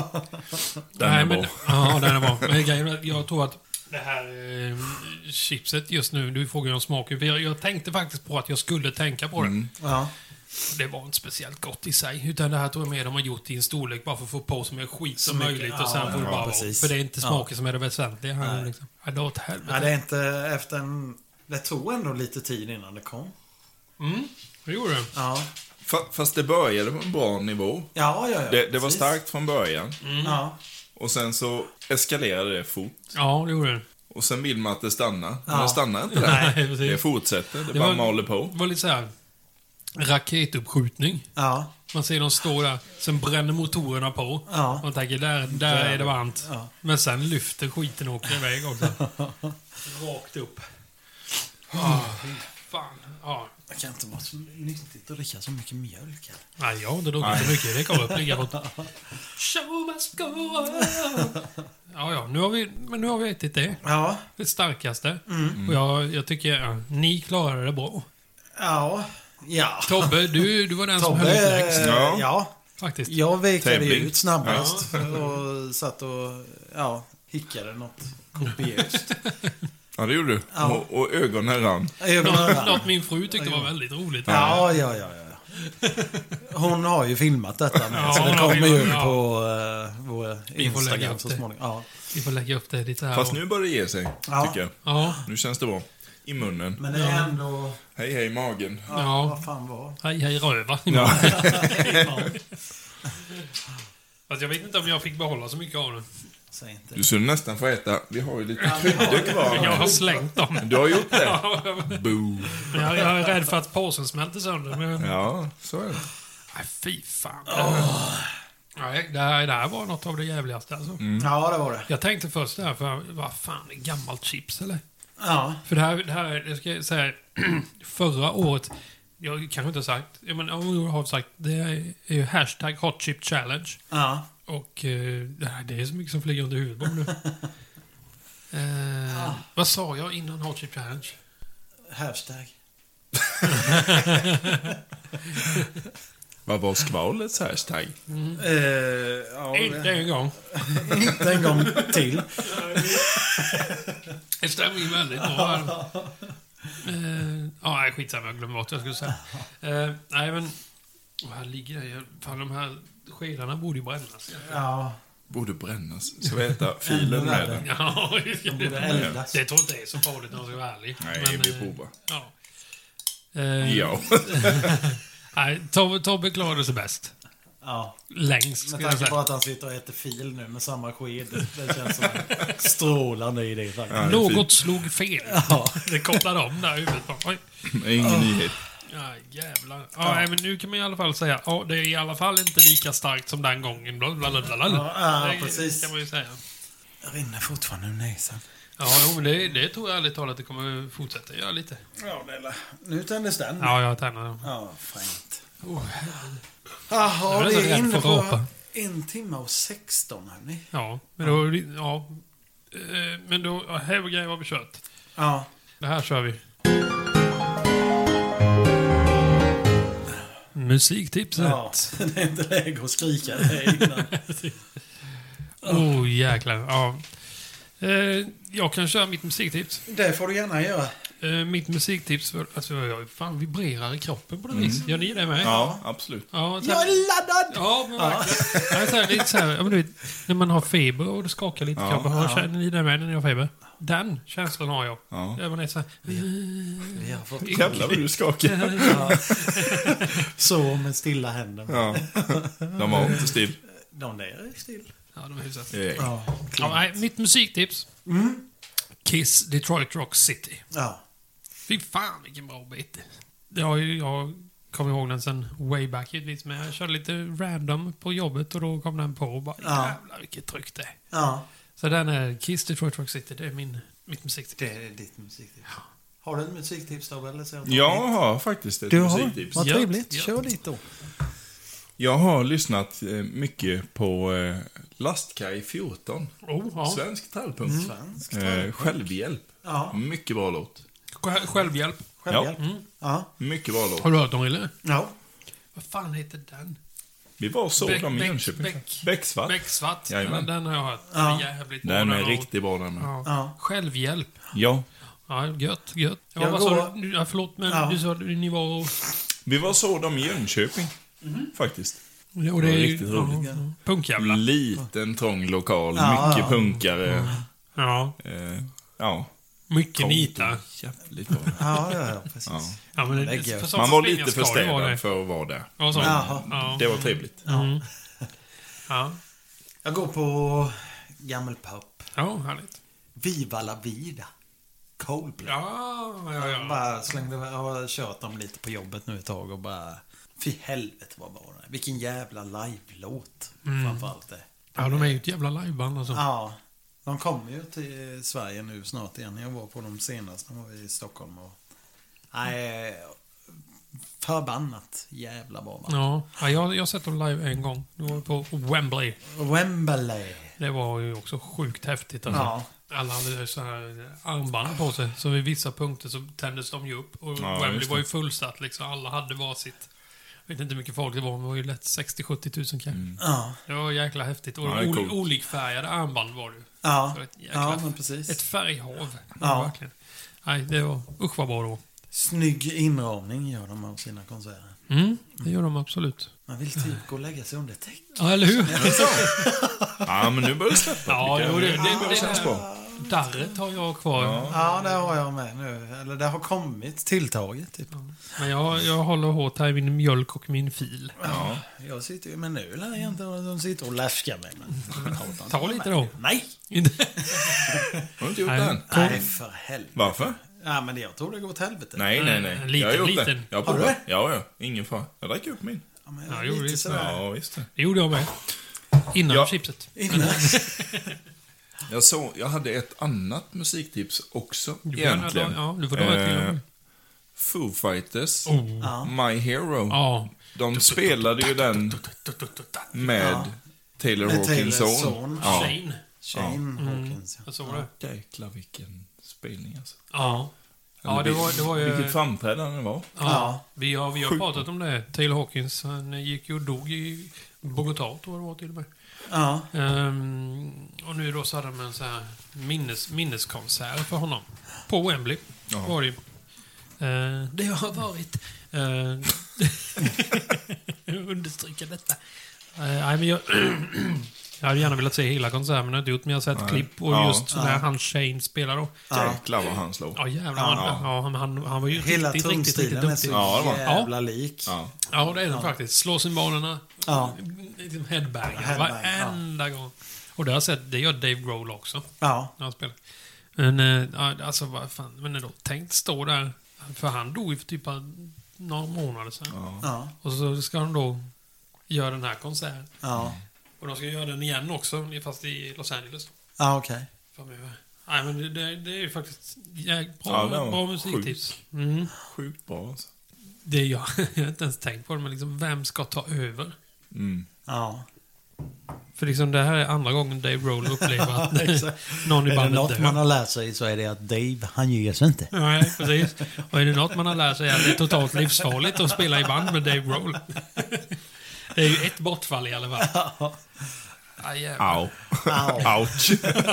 Den är bra. Ja, den är bra. Men grejen är, jag tror att det här chipset just nu, du frågar om smaken. För jag tänkte faktiskt på att jag skulle tänka på det. Ja. Det var inte speciellt gott i sig. Utan det här tror jag mer de har gjort i en storlek bara för att få på så mycket skit som mycket, möjligt. ja, Och sen får det ja, bara vara. precis. För det är inte Ja. smaken som är det väsentliga här. Liksom. Ja, det var åt helvete. Nej, det är inte efter en... Det tog ändå lite tid innan det kom. Det gjorde det. Ja. Fast det började på en bra nivå. Ja. Det var precis. starkt från början. Ja. Och sen så eskalerade det fort. Ja, det gjorde det. Och sen vill man att det stannar. Men Ja. det stannar inte där. Nej, precis. Det fortsätter. Det Det bara var- maler på. Det var lite så här raketuppskjutning. Ja. Man ser dem stå där, sen bränner motorerna på. Ja. Man tänker, där är det varmt. Ja. Men sen lyfter skiten och åker iväg också. Rakt upp. Fy fan. Ja. Det kan inte vara så nyttigt att dricka så mycket mjölk. Nej, jag har inte druckit så mycket. Det kommer upp lika fort. Show must go on. Ja, nu har vi ätit det. Ja. Det starkaste. Och jag tycker, ni klarade det bra. Ja. Ja. Tobbe, du var den som Tobbe, höll ut längst. ja. Faktiskt. Jag vekade ju Tävling. ut snabbast och satt och hickade något kopiöst. Ja, det gjorde du. Ja. Och ögonen rann. Något min fru tyckte var väldigt roligt. Ja. Hon har ju filmat detta med, Ja, så hon det har kommer ju filmat, upp på vår Vi får lägga Instagram upp så det. småningom. Ja. Vi får lägga upp det lite här. Fast nu börjar det ge sig, Ja. tycker jag. Ja, Nu känns det bra. I munnen. Men det är ändå... Hej, hej, magen. Ja. Vad fan var... hej röva. Ja. Fast jag vet inte om jag fick behålla så mycket av det. Säg inte. Du skulle nästan få äta. Vi har ju lite kryddor kvar. Jag har slängt dem. Du har gjort det? Boo. Jag är rädd för att påsen smälter sönder. Men... Ja, så är det. Nej, fy fan. Nej, det här var något av det jävligaste alltså. Ja, det var det. Jag tänkte först där, för vad fan, är gammalt chips eller? Ja. För det här, jag ska säga, förra året, jag kanske inte har sagt, jag har sagt, det är ju hashtag Hot Chip Challenge. Ja. Och det är så mycket som flyger under huvudet på mig nu. Vad sa jag innan Hot Chip Challenge? Hashtag. Vad var skvalets hashtag? Ja, Inte en gång. inte en gång till. Det stämmer ju väldigt bra. Nej, skitsamma, jag glömde bort vad jag skulle säga. Nej, men... här ligger det. Fan, de här skedarna borde ju brännas. Ja. Borde brännas. Så vi äter filen med den. Ja, Borde eldas. det tror inte det är så farligt om jag ska vara ärlig. Nej, vi provar. Ja. Ja. Nej, Tobbe klarade sig bäst. Ja. Längst, Med ska jag tanke på säga. att han sitter och äter fil nu med samma sked. Det känns som strålande i det faktiskt. Ja, det är Något fint. slog fel. Det kopplade om där i huvudet. Oj. Det är ingen nyhet. Ja, jävlar. Ja, nej, men nu kan man i alla fall säga, ja, det är i alla fall inte lika starkt som den gången. Blablabla. Ja, det precis. kan man ju säga. Jag rinner fortfarande ur näsan. Ja, men det tror jag ärligt talat att det kommer fortsätta göra lite. Ja, nu tändes den. Ja, jag tänder den. Ja, fränt. Jag Jaha, är vi nästan är rädd inne för på apa. 1 timme och 16, hörni. Ja, men då... Ja. Men då... Ja, här var grejer har vi kört. Ja. Det här kör vi. Musiktipset. Ja, det är inte läge att skrika det innan. Jäklar. Ja. Jag kan köra mitt musiktips. Det får du gärna göra. Mitt musiktips... Alltså, jag fan vibrerar i kroppen på det vis. Gör ni det med? Ja, absolut. Ja, Jag är laddad! Ja, men verkligen. Ja, så här, lite så här, ja, men du vet, när man har feber och det skakar lite i kroppen. Ja. Känner ni det med när ni har feber? Den känslan har jag. Ja. Där man är så här... Vi har fått Jävlar vad du skakar. så med stilla händer. Ja. De var inte still. De där är still. Ja, de är hyfsat. Ja, Ja, nej, mitt musiktips. Kiss Detroit Rock City. ja. Fy fan vilken bra bit. Jag kommer ihåg den sen way back givetvis, men jag körde lite random på jobbet och då kom den på och bara jävlar vilket tryck det är. Ja, Så den är Kiss Detroit Rock City, det är mitt musiktips. det är ditt musiktips. Har du ett musiktips då, eller? Så Jag har faktiskt ett du har? musiktips. Vad Ja. trevligt. Ja. Kör dit då. Jag har lyssnat mycket på Lastkaj 14. Ja. Svensk trallpunk. Svenskt. Självhjälp. Ja. Mycket bra låt. Självhjälp. Självhjälp. Mm. Ja. Mycket bra låt. Har du hört dem eller? Ja. Vad fan heter den? Vi var så dem i Jönköping. Bäcksvart. Becksvart. Jajamän. Den har jag hört. Ja. Jävligt bra. Den är och- riktigt bra den. Ja. Ja. Självhjälp. Ja. Ja, gött. Ja, Jag vad går- sa du? Ja, förlåt, men Ja. du sa att ni var... Vi var så dem i Jönköping. Faktiskt. Och det var är riktigt roligt. Ja, punkjävlar. Liten trång lokal. Ja, mycket ja. punkare. Ja, Ja. mycket nita. Jävligt bra. Ja, precis. Ja. Ja, men Det är gött. för sånt Man var springa lite ska det vara förstädad det. för att vara där. Ja, så. Jaha. Ja. Det var trevligt. Mm. Ja. Jag går på gammelpop. Ja, härligt. Viva la vida. Coldplay. Ja. Jag bara slängde, jag har kört dem lite på jobbet nu ett tag och bara... Fy helvete vad bra det är. Vilken jävla live-låt. Framförallt det. Ja, de är ju ett jävla liveband alltså. Ja. De kommer ju till Sverige nu snart igen. Jag var på dem senast. De var i Stockholm och... Nej... Förbannat jävla bra va? Ja, jag har sett dem live en gång. Det var på Wembley. Wembley. Det var ju också sjukt häftigt alltså. Ja. Alla hade så här armband på sig, så vid vissa punkter så tändes de ju upp. Och Ja, Wembley just var ju det. fullsatt liksom. Alla hade varsitt. Jag vet inte hur mycket folk det var, men det var ju lätt 60-70 tusen kanske. Ja. Det var jäkla häftigt. Och Ja, det är coolt. olikfärgade armband var det ju. Ja. Så ett jäkla- Ja, men precis. Ett färghav. Ja. Verkligen. Nej, det var... Usch vad bra då. Snygg inramning gör de av sina konserter. Det gör de absolut. Man vill typ gå och lägga sig under täck. Ja, eller hur? Ja, men nu börjar det släppa. Ja, tycker jag. det känns bra. Darret har jag kvar. Ja, det har jag med nu. Eller det har kommit tilltaget. Typ. Men jag håller hårt här i min mjölk och min fil. Ja. Jag sitter ju med nu lär jag inte de sitter och läskar mig. Men... Ta lite då. Nej! Har du inte gjort Nej. det än? Nej, för helvete. Varför? Ja, men jag tror det går åt helvete. Nej. Liten, Jag har gjort det. liten. Jag har Har du provat. det? Ja. Ingen fara. Jag drack upp min. Ja, men Ja, lite jo, visst. sådär. Ja, visst det. Det gjorde jag med. Innan Ja. chipset. Innan. Jag hade ett annat musiktips också, Du får egentligen. Ja, du får dra ett till. Foo Fighters, Ja. My Hero. Ja. De spelade ju den med Taylor Med Hawkins Taylors son. son. Ja. Shane. Shane Hawkins. Ja. Jag såg det. Jäklar vilken spelning alltså. Ja. Ja, det var ju... Vilket framträdande det var. Ja, vi har Sjukt. pratat om det. Taylor Hawkins, han gick ju och dog i Bogotá, tror jag det var till och med. Ja. Och nu då så hade de en så här minneskonsert för honom. På Wembley var det ju. Det har varit... understryka detta. Nej, men jag hade gärna velat se hela konserten, men jag har inte gjort, men jag har sett klipp och just när han Shane spelar då. Jäklar vad han slår. Ja, jävlar. Han var ju Hela riktigt trumstilen är så duktig. Ja, det var- jävla lik. Ja. Ja, det är den faktiskt. Slå cymbalerna. Ja. Liksom headbanger. Headbang, Varenda gång. Och det har jag sett, det gör Dave Grohl också. Ja. När han spelar. Men, alltså vad fan. Men ändå, tänk stå där. För han dog ju för typ några månader sedan. Ja. Och så ska de då göra den här konserten. Ja. Och de ska göra den igen också, fast i Los Angeles. Ja, okej. Framöver. Nej, men det är ju faktiskt bra, Ja, det var bra musiktips. Mm. Sjukt bra alltså. Det är jag har inte ens tänkt på det, men liksom, vem ska ta över? Mm. Ja. För liksom, det här är andra gången Dave Grohl upplever att någon i Är det bandet något dör. man har lärt sig så är det att Dave, han ger sig inte. Nej, precis. Och är det något man har lärt sig är att det är totalt livsfarligt att spela i band med Dave Grohl. Det är ju ett bortfall i alla fall. Ah, jävlar. Au. Ouch.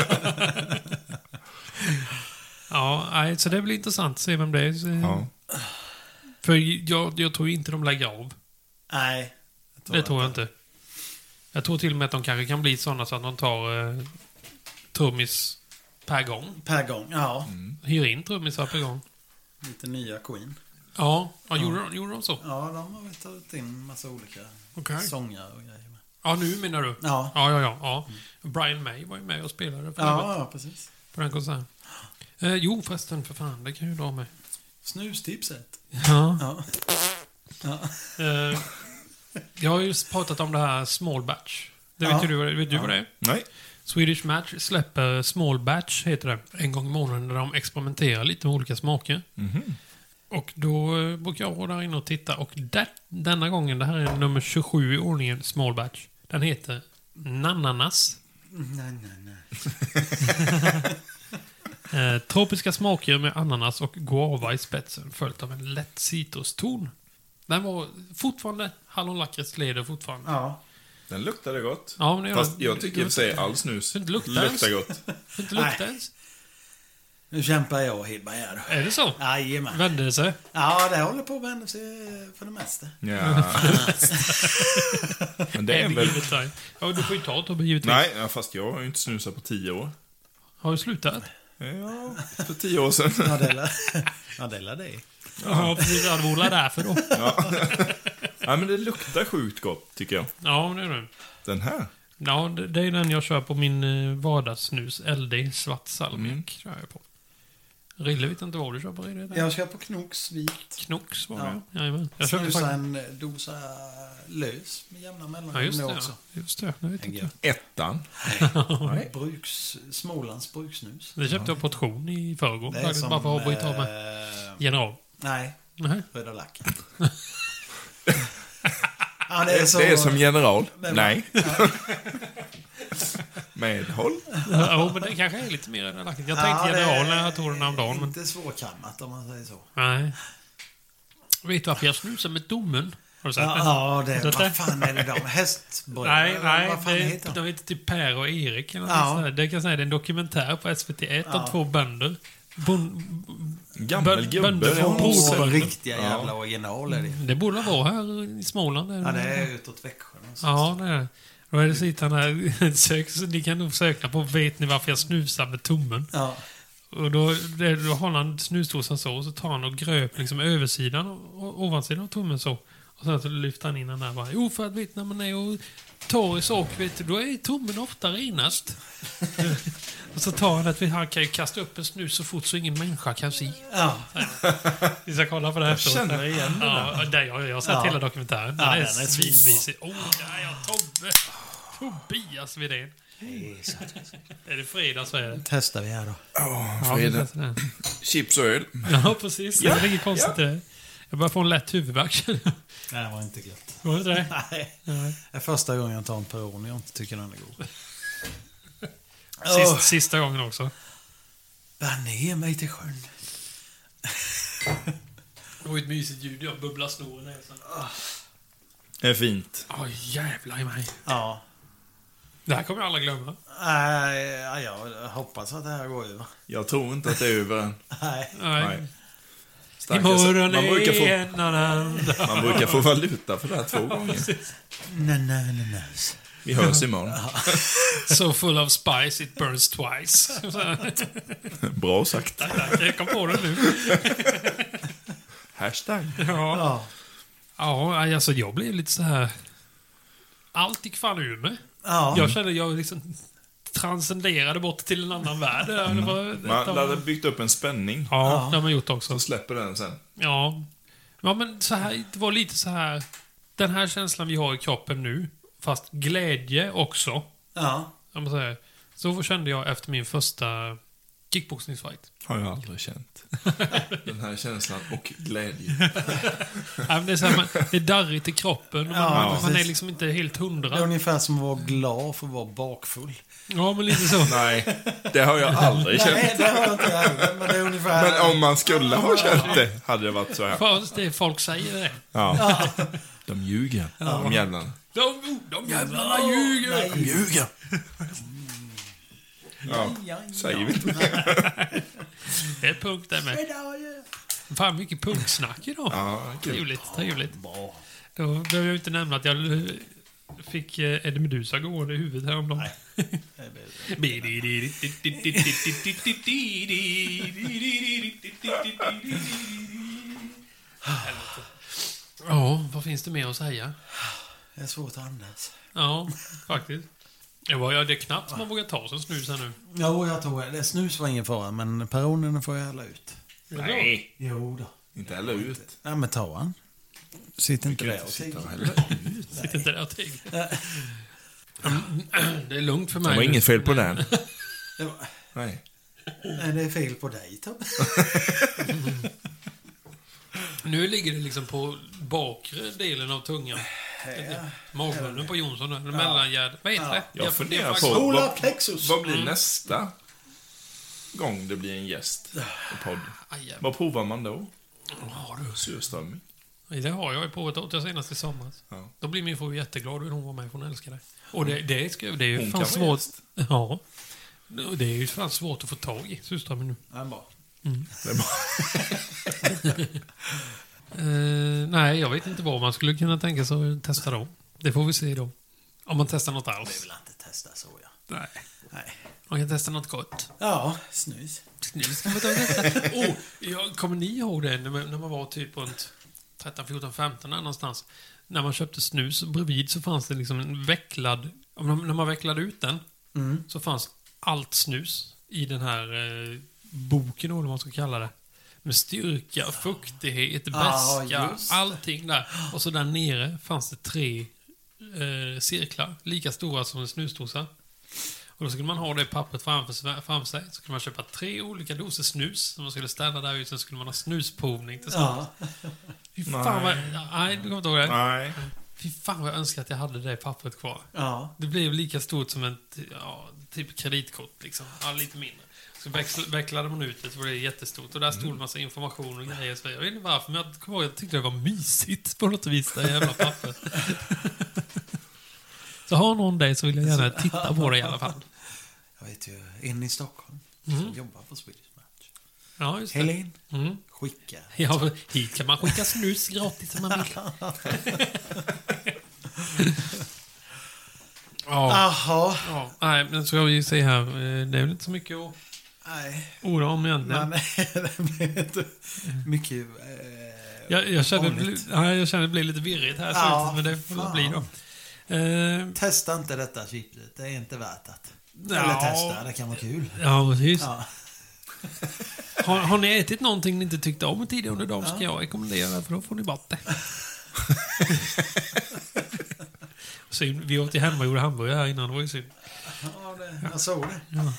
Ja, nej, så det blir intressant att se vem det är. Så, Ja. för jag tror inte de lägger av. Nej. Det tror jag inte. Jag tror till och med att de kanske kan bli sådana så att de tar trummis per gång. Per gång, ja. Hyr in trummisar per gång. Lite nya Queen. Ja, gjorde de så? Ja, de har väl tagit in massa olika sångare och grejer. Ja, nu menar du? Ja. Ja. Brian May var ju med och spelade Ja, precis. på den konserten. Jo, förresten, för fan, det kan ju dra med. Snustipset. Ja. Ja. Ja. Jag har ju pratat om det här Small Batch. Det vet du vad det är? Nej. Swedish Match släpper Small Batch, heter det, en gång i månaden där de experimenterar lite med olika smaker. Och då brukar jag gå där inne och titta. Och denna gången, det här är nummer 27 i ordningen, Small Batch. Den heter Nananas. Tropiska smaker med ananas och guava i spetsen, följt av en lätt citruston. Den var fortfarande hallonlakrits leder fortfarande. Ja. Den luktade gott. Ja, men Fast jag tycker i och för sig all snus Det luktar luktar gott. Det inte luktar ens. Nu kämpar jag och Hedberg här då. Är det så? Jajamän. Vände det sig? Ja, det håller på att vända sig för det mesta. Ja. Men det är väl... Ja, du får ju ta Tobbe, givetvis. Nej, ja, fast jag har ju inte snusat på 10 år. Har du slutat? Ja, för 10 år sedan. Ja, det är det. Ja, precis. Det var därför då. Ja, men det luktar sjukt gott, tycker jag. Ja, det är det. Den här. Ja, det är den jag kör på min vardagssnus. LD, svart salmiak kör jag på. Rille vet inte vad du kör på, Rille. Jag kör på Knox vit. Knox var Ja. det. Jajamän. Jag köpte Snusa faktiskt... en dosa lös med jämna mellanrum Ja, just nu det. också. Just det. Jag vet Tänker inte. jag. Ettan. Smålands brukssnus. Det köpte jag på portion i förrgår. Det är Faktiskt, som... bara för att bryta av med. General. Nej, Nej. röda lack. Ja, det Det är som general. Det var- Nej. Medhåll. Ja, men det kanske är lite mer än lacket. Jag tänkte general när jag tog den om dagen. Men... Inte svårkammat om man säger så. Nej. Vet du varför jag snusar med tummen? Har du sett det? Ja, det. Sett Vad fan är det de? Hästbröd? Nej, Vad fan heter de heter typ Per och Erik. Eller Ja. ja. Det kan jag säga, det är en dokumentär på SVT1 om två bönder. Gammal gubbe. bönder från Ja. Polen. Åh, riktiga jävla original är det. Det borde vara här i Småland. Ja, det är utåt Växjö. Ja, det är det. Då är det sitter han här, så ni kan nog söka på vet ni varför jag snusar med tummen. Ja. Och då har han snusdosan så, och så tar han och gröp liksom översidan och ovansidan av tummen så. Och sen så lyfter han in den där bara. Jo, för att vet när man är och tar i sak, vet du, då är tummen ofta renast. Och så tar han att han kan ju kasta upp en snus så fort så ingen människa kan se. Ja. Vi ska kolla på det här efteråt. känner igen det där. Jag har sett hela dokumentären. Ja, Den är den är svinvisig. Där är Tobbe. Tobias Widén. Är det fredag så är det. Testar vi här då. Ja, vi testar det. Chips och öl. Ja, precis. Det är inget konstigt det. Jag börjar få en lätt huvudvärk. Nej, det var inte gött. Var det inte det? Nej. Nej. Det är första gången jag tar en Peroni jag inte tycker den är god. Sista gången också. Bär ner mig till sjön. Det var ett mysigt ljud. Jag bubblar snoren här. Det är fint. Jävlar i mig. Ja. Det här kommer jag aldrig glömma. Nej, jag hoppas att det här går över. Jag tror inte att det är över än. Nej. Nej. Imorgon Man brukar få... är en annan dag. Man brukar få valuta för det här 2 gånger. Nej. Vi hörs imorgon. So full of spice it burns twice. Bra sagt. Tack, jag kom på det nu. Hashtag. Ja. Ja, alltså jag blev lite så här. Allt gick fan ur mig. Ja. Jag kände jag liksom transcenderade bort till en annan värld. Det Man hade byggt upp en spänning. Ja, det har man gjort också. Så släpper den sen. Ja. Ja, men så här, det var lite så här. Den här känslan vi har i kroppen nu, fast glädje också. Ja. Om man säger. Så kände jag efter min första Kickboxningsfight. Har jag aldrig känt. Den här känslan och glädje. Ja, men det är så här, det är darrigt i kroppen. Man är precis. liksom inte helt Det är 100. ungefär som att vara glad för att vara bakfull. Ja, men lite så. Nej, det har jag aldrig känt. Nej, det har jag inte heller, men det är ungefär... Men om man skulle ha känt det, hade det varit så här. Fast det folk säger det. Ja. De ljuger, de jävlarna. De jävlarna ljuger! De ljuger. Ja, säger vi inte mer. Det är punk där med. Fan, mycket punksnack idag. Ja, kul. Trevligt. Då behöver jag inte nämna att jag fick Eddie Meduza gående i huvudet häromdagen. Ja, vad finns det mer att säga? Det är svårt att andas. Ja, faktiskt. Det är knappt man vågar ta sig snus här nu. Jo, jag tror det. Snus var ingen fara, men peronen får jag hälla ut. Nej, Jo då. inte heller ut. Ja, men ta han. Sitt inte där och Sitta och tigg. hälla ut. Sitter inte där och tigger. Det är lugnt för mig. Det var nu. inget fel på den. Det var- Nej. Nej, det är fel på dig, Tobbe. Nu ligger det liksom på bakre delen av tungan. Magmunnen på Jonsson. Eller mellangärdet. Vad heter det? Jag funderar på Solar plexus. vad blir nästa gång det blir en gäst i podden? Vad provar man då? Surströmming. Det har jag ju provat åt jag senast i somras. Ja. Då blir min fru jätteglad och hon var med för hon älskar dig. Och det är ju Hon fan kan vara svårt. gäst. Ja. Det är ju fan svårt att få tag i surströmming nu. Ja, bra. Det är bara... Nej, jag vet inte vad man skulle kunna tänka sig att testa då. Det får vi se då. Om man testar något Det alls. vill inte testa så, ja. Nej. Nej. Man kan testa något gott. Ja, snus. Nu ska man ta detta. Kommer ni ihåg det när man var typ runt 13, 14, 15 där någonstans? När man köpte snus och bredvid så fanns det liksom en vecklad... När man vecklade ut den så fanns allt snus i den här boken, eller vad man ska kalla det. Med styrka, fuktighet, beska, just. allting där. Och så där nere fanns det 3 cirklar, lika stora som en snusdosa. Och då skulle man ha det pappret framför sig. Så skulle man köpa 3 olika doser snus som man skulle ställa där ute. Sen skulle man ha snusprovning till slut. Ja. Fy fan vad... Nej, du kommer inte ihåg det? Nej. Fy fan vad jag önskar att jag hade det pappret kvar. Ja. Det blev lika stort som ett typ kreditkort liksom. Ja, lite mindre. Så vecklade man ut det så var det jättestort. Och där stod en massa information och grejer. Så jag vet inte varför, men jag tyckte det var mysigt på något vis, det jävla pappret. Så har någon det så vill jag gärna titta på det i alla fall. Jag vet ju en i Stockholm som jobbar på Swedish Match. Ja, just det. Helene, Mm. skicka. Ja, hit kan man skicka snus gratis om man vill. Ja, Jaha. ja. Nej, men så ska vi se här. Det är väl inte så mycket att Nej. orda om egentligen. Nej, det blev inte mycket... Jag känner vanligt. det blir lite virrigt här i Ja, slutet, men det får fan. bli då. Testa inte detta chipset. Det är inte värt att... Ja. Eller testa, det kan vara kul. Ja, precis. Ja. Har ni ätit någonting ni inte tyckte om tidigare under dagen ska jag rekommendera, för då får ni bort det. Synd, vi åt ju hemma och gjorde hamburgare här innan, det var ju synd. Ja, jag såg det.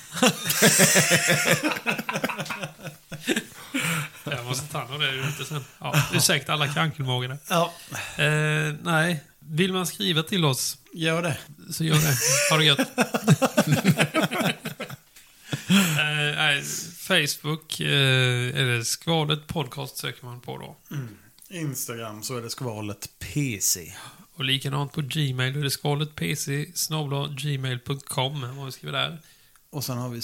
Jag måste ta hand det ute sen. Ja, ursäkta alla krankelmagarna. Ja, Nej, vill man skriva till oss gör det. så gör det. Ha det gött. Nej, Facebook eller Skvalet podcast söker man på då. Instagram så är det skvalet PC. Och likadant på Gmail, då är det skvaletpc@gmail.com om vi skriver där. Och sen har vi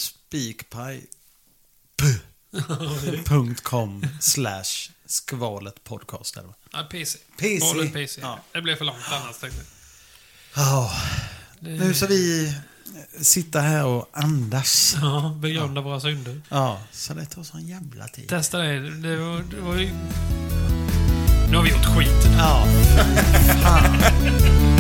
speakpipe.com/skvaletpodcast. Ja, PC. PC. Skvalet PC. Ja. Det blev för långt annars, tänkte Ja, nu ska vi sitta här och andas. jag. Ja, begrunda våra synder. Ja, så det tar sån jävla tid. Testa det. Det var ju... Nu har vi gjort skiten. Ja, fan.